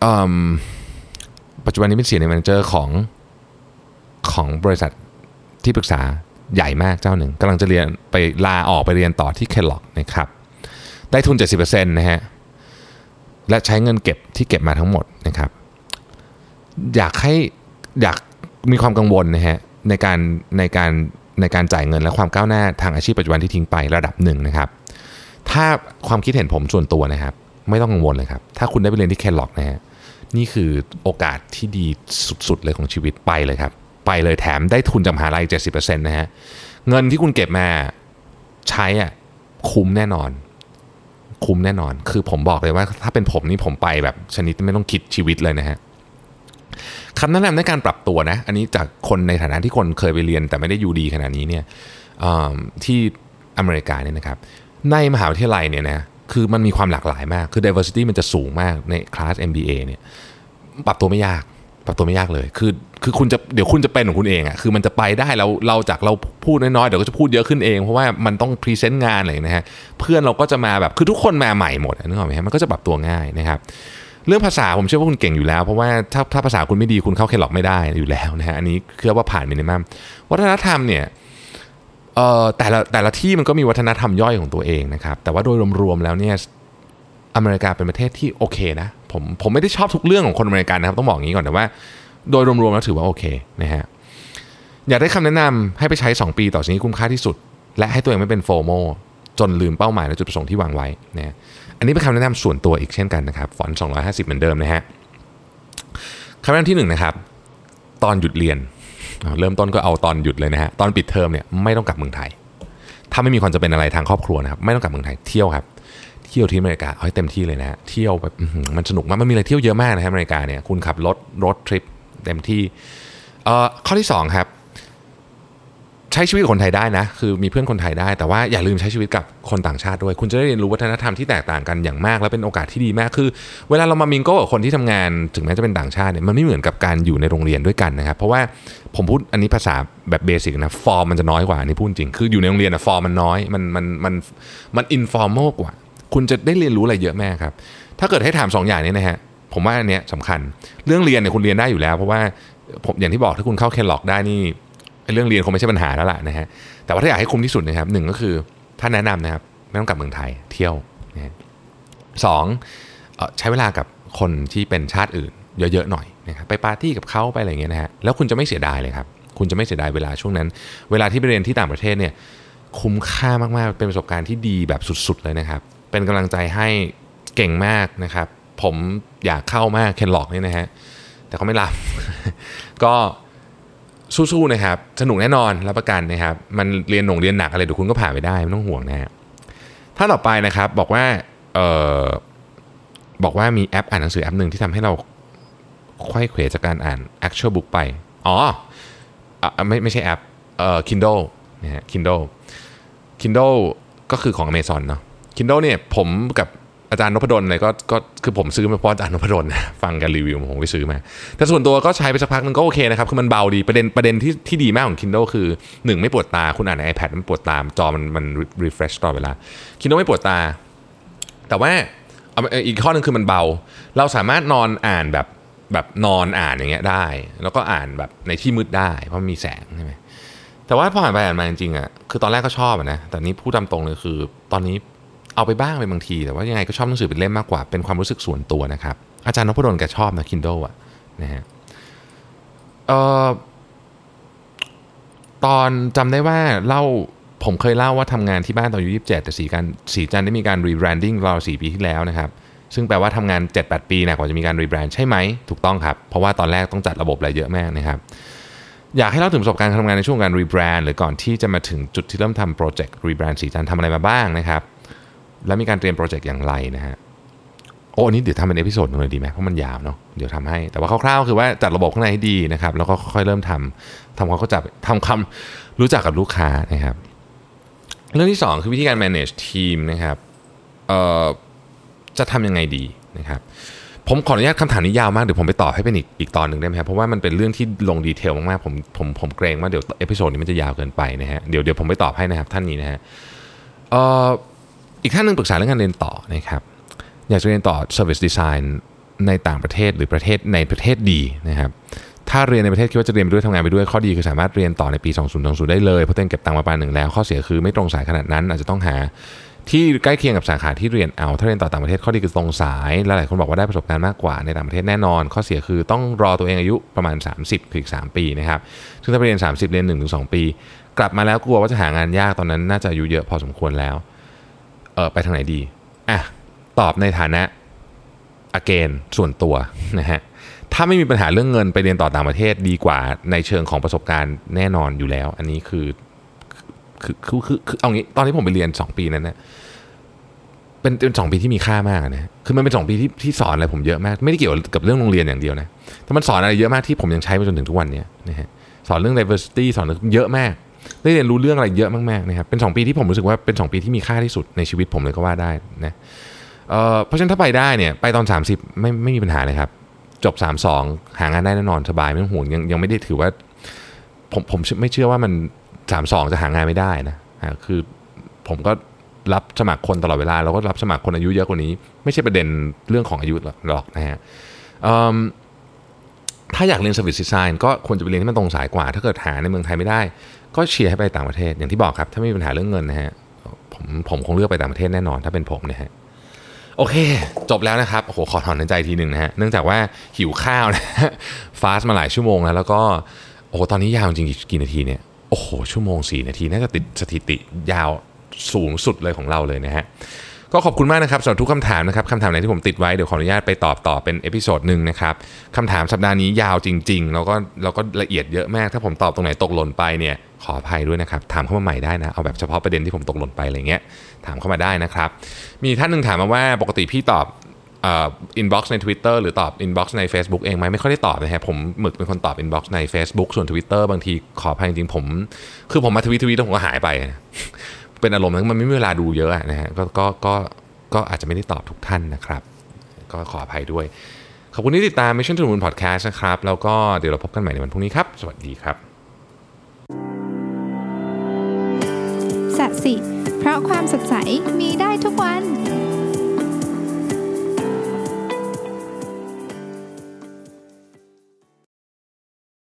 ปัจจุบันนี้เป็น Senior Manager ของของบริษัทที่ปรึกษาใหญ่มากเจ้าหนึ่งกำลังจะเรียนไปลาออกไปเรียนต่อที่ Kellogg นะครับได้ทุน เจ็ดสิบเปอร์เซ็นต์ นะฮะและใช้เงินเก็บที่เก็บมาทั้งหมดนะครับอยากให้อยากมีความกังวลนะฮะในการในการในการจ่ายเงินและความก้าวหน้าทางอาชีพปัจจุบันที่ทิ้งไประดับหนึ่งนะครับถ้าความคิดเห็นผมส่วนตัวนะครับไม่ต้องกังวลเลยครับถ้าคุณได้ไปเรียนที่ Kellogg นะฮะนี่คือโอกาสที่ดีสุดๆเลยของชีวิตไปเลยครับไปเลยแถมได้ทุนจากมหาลัย เจ็ดสิบเปอร์เซ็นต์ นะฮะเงินที่คุณเก็บมาใช้อ่ะคุ้มแน่นอนคุ้มแน่นอนคือผมบอกเลยว่าถ้าเป็นผมนี่ผมไปแบบชนิดไม่ต้องคิดชีวิตเลยนะฮะคำแนะนำในการปรับตัวนะอันนี้จากคนในฐานะที่คนเคยไปเรียนแต่ไม่ได้อยู่ดีขนาดนี้เนี่ยที่อเมริกาเนี่ยนะครับในมหาวิทยาลัยเนี่ยนะคือมันมีความหลากหลายมากคือ diversity มันจะสูงมากในคลาส เอ็ม บี เอ เนี่ยปรับตัวไม่ยากปรับตัวไม่ยากเลยคือคือคุณจะเดี๋ยวคุณจะเป็นของคุณเองอ่ะคือมันจะไปได้เราเราจากเราพูดน้อยๆเดี๋ยวก็จะพูดเยอะขึ้นเองเพราะว่ามันต้องพรีเซนต์งานอะไรนะฮะเพื่อนเราก็จะมาแบบคือทุกคนมาใหม่หมดนึกออกไหมฮะมันก็จะปรับตัวง่ายนะครับเรื่องภาษาผมเชื่อว่าคุณเก่งอยู่แล้วเพราะว่าถ้าถ้าภาษาคุณไม่ดีคุณเข้า Kellogg ไม่ได้อยู่แล้วนะฮะอันนี้เชื่อว่าผ่านมินิมัมวัฒนธรรมเนี่ยเอ่อแต่ละแต่ละที่มันก็มีวัฒนธรรมย่อยของตัวเองนะครับแต่ว่าโดยรวมๆแล้วเนี่ยอเมริกาเป็นประเทศที่โอเคนะผมผมไม่ได้ชอบทุกเรื่องของคนอเมริกันนะครับต้องบอกอย่างนี้ก่อนแต่ว่าโดยรวมๆแล้วถือว่าโอเคนะฮะอยากได้คำแนะนำให้ไปใช้สองปีต่อสิ่งที่คุ้มค่าที่สุดและให้ตัวเองไม่เป็นโฟโมจนลืมเป้าหมายและจุดประสงค์ที่วางไว้นะอันนี้เป็นคำแนะนำส่วนตัวอีกเช่นกันนะครับฟอนต์สองร้อยห้าสิบเหมือนเดิมนะฮะคำแนะนำที่หนึ่งนะครับตอนหยุดเรียนเริ่มต้นก็เอาตอนหยุดเลยนะฮะตอนปิดเทอมเนี่ยไม่ต้องกลับเมืองไทยถ้าไม่มีความจำเป็นอะไรทางครอบครัวนะครับไม่ต้องกลับเมืองไทยเที่ยวครับเที่ยวที่อเมริกาเอาให้เต็มที่เลยนะฮะเที่ยวแบบมันสนุกมากมันมีอะไรเที่ยวเยอะมากนะฮะอเมริกาเนี่ยคุณขับรถรถทริปเต็มที่เอ่อข้อที่สองครับใช้ชีวิตกับคนไทยได้นะคือมีเพื่อนคนไทยได้แต่ว่าอย่าลืมใช้ชีวิตกับคนต่างชาติด้วยคุณจะได้เรียนรู้วัฒนธรรมที่แตกต่างกันอย่างมากและเป็นโอกาสที่ดีมากคือเวลาเรามามิงโก้กับคนที่ทำงานถึงแม้จะเป็นต่างชาติเนี่ยมันไม่เหมือนกับการอยู่ในโรงเรียนด้วยกันนะครับเพราะว่าผมพูดอันนี้ภาษาแบบเบสิกนะฟอร์มมันจะน้อยกว่าอันนี้พูดจริงคืออยู่ในโรงเรียนนะฟอร์มมันน้อยมันมันมันมันอินฟอร์มอลกว่าคุณจะได้เรียนรู้อะไรเยอะแม่ครับถ้าเกิดให้ถามสองอย่างนี้นะฮะผมว่าอันเนี้ยสำคัญเรื่องเรียนเนี่ยคุณเรียนได้อยู่แล้วเพราะว่าผมอย่างที่บอกถ้าคุณเข้าเคนล็อกได้นี่เรื่องเรียนคงไม่ใช่ปัญหาแล้วล่ะนะฮะแต่ว่าถ้าอยากให้คุ้มที่สุดนะครับหนึ่งก็คือถ้าแนะนำนะครับไม่ต้องกลับเมืองไทยเที่ยวนะสองใช้เวลากับคนที่เป็นชาติอื่นเยอะๆหน่อยนะครับไปปาร์ตี้กับเขาไปอะไรอย่างเงี้ยนะฮะแล้วคุณจะไม่เสียดายเลยครับคุณจะไม่เสียดายเวลาช่วงนั้นเวลาที่ไปเรียนที่ต่างประเทศเนี่ยคุ้มค่ามากๆเป็นประสบการณ์ที่ดีแบบสุดๆเลยนะครับเป็นกำลังใจให้เก่งมากนะครับผมอยากเข้ามากเคนล็อกนี่นะฮะแต่เขาไม่รับ ก็สู้ๆนะครับสนุกแน่นอนรับประกันนะครับมันเรียนหนงเรียนหนักอะไรเดี๋ยวคุณก็ผ่านไปได้ไม่ต้องห่วงนะฮะถ้าต่อไปนะครับบอกว่าเอ่อบอกว่ามีแอปอ่านหนังสือแอปหนึ่งที่ทำให้เราไขว้เขวจากการอ่าน actual book ไปอ๋อไม่ไม่ใช่แอปเอ่อ Kindle นะฮะ Kindle Kindle ก็คือของ Amazon เนาะ Kindle เนี่ยผมกับอาจารย์นพดลเลยก็ก็คือผมซื้อมาเพราะอาจารย์นพดลฟังกันรีวิวผมไปซื้อมาแต่ส่วนตัวก็ใช้ไปสักพักนึงก็โอเคนะครับคือมันเบาดีประเด็นประเด็นที่ที่ดีมากของ Kindle คือหนึ่งไม่ปวดตาคุณอ่านใน iPad มันปวดตาจอมันมัน refresh ตลอดเวลา Kindle ไม่ปวดตาแต่ว่าอีกข้อนึงคือมันเบาเราสามารถนอนอ่านแบบแบบนอนอ่านอย่างเงี้ยได้แล้วก็อ่านแบบในที่มืดได้เพราะมีแสงใช่ไหมแต่ว่าพออ่านไปอ่านมาจริงๆอ่ะคือตอนแรกก็ชอบนะแต่นี้พูดตามตรงเลยคือตอนนี้เอาไปบ้างไปบางทีแต่ว่ายังไงก็ชอบหนังสือเป็นเล่มมากกว่าเป็นความรู้สึกส่วนตัวนะครับอาจารย์นพดลแกชอบนะ Kindle อ่ะนะฮะเอ่อตอนจำได้ว่าเล่าผมเคยเล่าว่าทำงานที่บ้านตอนอายุยี่สิบเจ็ดแต่สีกันสีจันได้มีการรีแบรนดิ้งราวสี่ปีที่แล้วนะครับซึ่งแปลว่าทำงาน เจ็ดแปด ปีนะกว่าจะมีการรีแบรนด์ใช่ไหมถูกต้องครับเพราะว่าตอนแรกต้องจัดระบบอะไรเยอะมากนะครับอยากให้เล่าถึงประสบการณ์การทำงานในช่วงการรีแบรนด์หรือก่อนที่จะมาถึงจุดที่เริ่มทำโปรเจกต์รีแบรนด์สีจันทำอะไรมาบ้างนะครับแล้วมีการเตรียมโปรเจกต์อย่างไรนะฮะโอ้อันนี้เดี๋ยวทำเป็นเอพิโซดนึงเลยดีไหมเพราะมันยาวเนาะเดี๋ยวทำให้แต่ว่าคร่าวๆคือว่าจัดระบบข้างในให้ดีนะครับแล้วก็ค่อยๆเริ่มทำทำความเข้าใจทำความรู้จักกับลูกค้านะครับเรื่องที่สองคือวิธีการ manage ทีมนะครับเอ่อจะทำยังไงดีนะครับผมขออนุญาตคำถามนี้ยาวมากเดี๋ยวผมไปตอบให้เป็นอีกอีกตอนหนึ่งได้ไหมครับเพราะว่ามันเป็นเรื่องที่ลงดีเทลมากๆผมผมผมเกรงว่าเดี๋ยวเอพิโซดนี้มันจะยาวเกินไปนะฮะเดี๋ยวเดี๋ยวผมไปตอบให้นะครับท่านนี้นะฮะเอ่ออีกท่านนึงปรึกษาเรื่องการเรียนต่อนะครับอยากจะเรียนต่อ Service Design ในต่างประเทศหรือประเทศในประเทศดีนะครับถ้าเรียนในประเทศคิดว่าจะเรียนไปด้วยทำงานไปด้วยข้อดีคือสามารถเรียนต่อในปีสองพันยี่สิบได้เลยเพราะตัวเองเก็บตังค์มาปานหนึ่งแล้วข้อเสียคือไม่ตรงสายขนาดนั้นอาจจะต้องหาที่ใกล้เคียงกับสาขาที่เรียนเอาถ้าเรียนต่อต่างประเทศข้อดีคือตรงสายและหลายคนบอกว่าได้ประสบการณ์มากกว่าในต่างประเทศแน่นอนข้อเสียคือต้องรอตัวเองอายุประมาณสามสิบถึงสามปีนะครับซึ่งถ้าไปเรียนสามสิบเรียน หนึ่งถึงสอง ปีกลับมาแล้วกลัวว่าจะหางานยากตอนนั้นน่าจะอายุเยอะพอสมควรแล้วเออไปทางไหนดีอ่ะตอบในฐานะ again ส่วนตัวนะฮะถ้าไม่มีปัญหาเรื่องเงินไปเรียนต่อต่างประเทศดีกว่าในเชิงของประสบการณ์แน่นอนอยู่แล้วอันนี้คือคือคือคือคือเอางี้ตอนที่ผมไปเรียนสองปีนั้นนะเป็นเป็นสองปีที่มีค่ามากนะคือมันเป็นสองปีที่ที่สอนอะไรผมเยอะมากไม่ได้เกี่ยวกับเรื่องโรงเรียนอย่างเดียวนะแต่มันสอนอะไรเยอะมากที่ผมยังใช้มาจนถึงทุกวันนี้นะฮะสอนเรื่อง diversity สอนเยอะมากได้เรียนรู้เรื่องอะไรเยอะมากๆนะครับเป็นสองปีที่ผมรู้สึกว่าเป็นสองปีที่มีค่าที่สุดในชีวิตผมเลยก็ว่าได้นะเอ่อเพราะฉะนั้นถ้าไปได้เนี่ยไปตอนสามสิบไม่ไม่มีปัญหาเลยครับจบสามสิบสองหางานได้แน่นอนสบายไม่ต้องห่วงยังยังไม่ได้ถือว่าผมผมไม่เชื่อว่ามันสามสิบสองจะหางานไม่ได้นะคือผมก็รับสมัครคนตลอดเวลาเราก็รับสมัครคนอายุเยอะกว่านี้ไม่ใช่ประเด็นเรื่องของอายุหรอกนะฮะถ้าอยากเรียน Service Design ก็ควรจะไปเรียนที่มันตรงสายกว่าถ้าเกิดหาในเมืองไทยไม่ได้ก็เชียร์ให้ไปต่างประเทศอย่างที่บอกครับถ้าไม่มีปัญหาเรื่องเงินนะฮะผมผมคงเลือกไปต่างประเทศแน่นอนถ้าเป็นผมนะฮะโอเคจบแล้วนะครับโอ้โหขอถอนหายใจทีหนึ่งนะฮะเนื่องจากว่าหิวข้าวนะฟาสต์มาหลายชั่วโมงแล้วแล้วก็โอ้โหตอนนี้ยาวจริงกี่นาทีเนี่ยโอ้โหชั่วโมงสี่นาทีน่าจะติดสถิติยาวสูงสุดเลยของเราเลยนะฮะก็ขอบคุณมากนะครับสำหรับทุกคำถามนะครับคำถามไหนที่ผมติดไว้เดี๋ยวขออนุญาตไปตอบต่อเป็นเอพิโซดหนึ่งนะครับคำถามสัปดาห์นี้ยาวจริงๆแล้วก็แล้วก็ละเอียดเยอะมากถ้าผมตอบตรงไหนตกหล่นไปเนี่ยขออภัยด้วยนะครับถามเข้ามาใหม่ได้นะเอาแบบเฉพาะประเด็นที่ผมตกหล่นไปอะไรเงี้ยถามเข้ามาได้นะครับมีท่านนึงถามมาว่าปกติพี่ตอบเอ่อ inbox ใน Twitter หรือตอบ inbox ใน Facebook เองไหมไม่ค่อยได้ตอบนะฮะผมหมึกเป็นคนตอบ inbox ใน Facebook ส่วน Twitter บางทีขออภัยจริงๆผมคือผมมาทวีตทวีตแล้วผมก็หายไปเป็นอารมณ์นั้นมันไม่มีเวลาดูเยอะนะฮะก็ก็ก็ก็อาจจะไม่ได้ตอบทุกท่านนะครับก็ขออภัยด้วยขอบคุณที่ติดตาม Mission to the Moon Podcast นะครับแล้วก็เดี๋ยวเราพบกันใหม่ในวันพรุ่งนี้ครับสวัสดีครับสัสิเพราะความสดใสมีได้ทุกวัน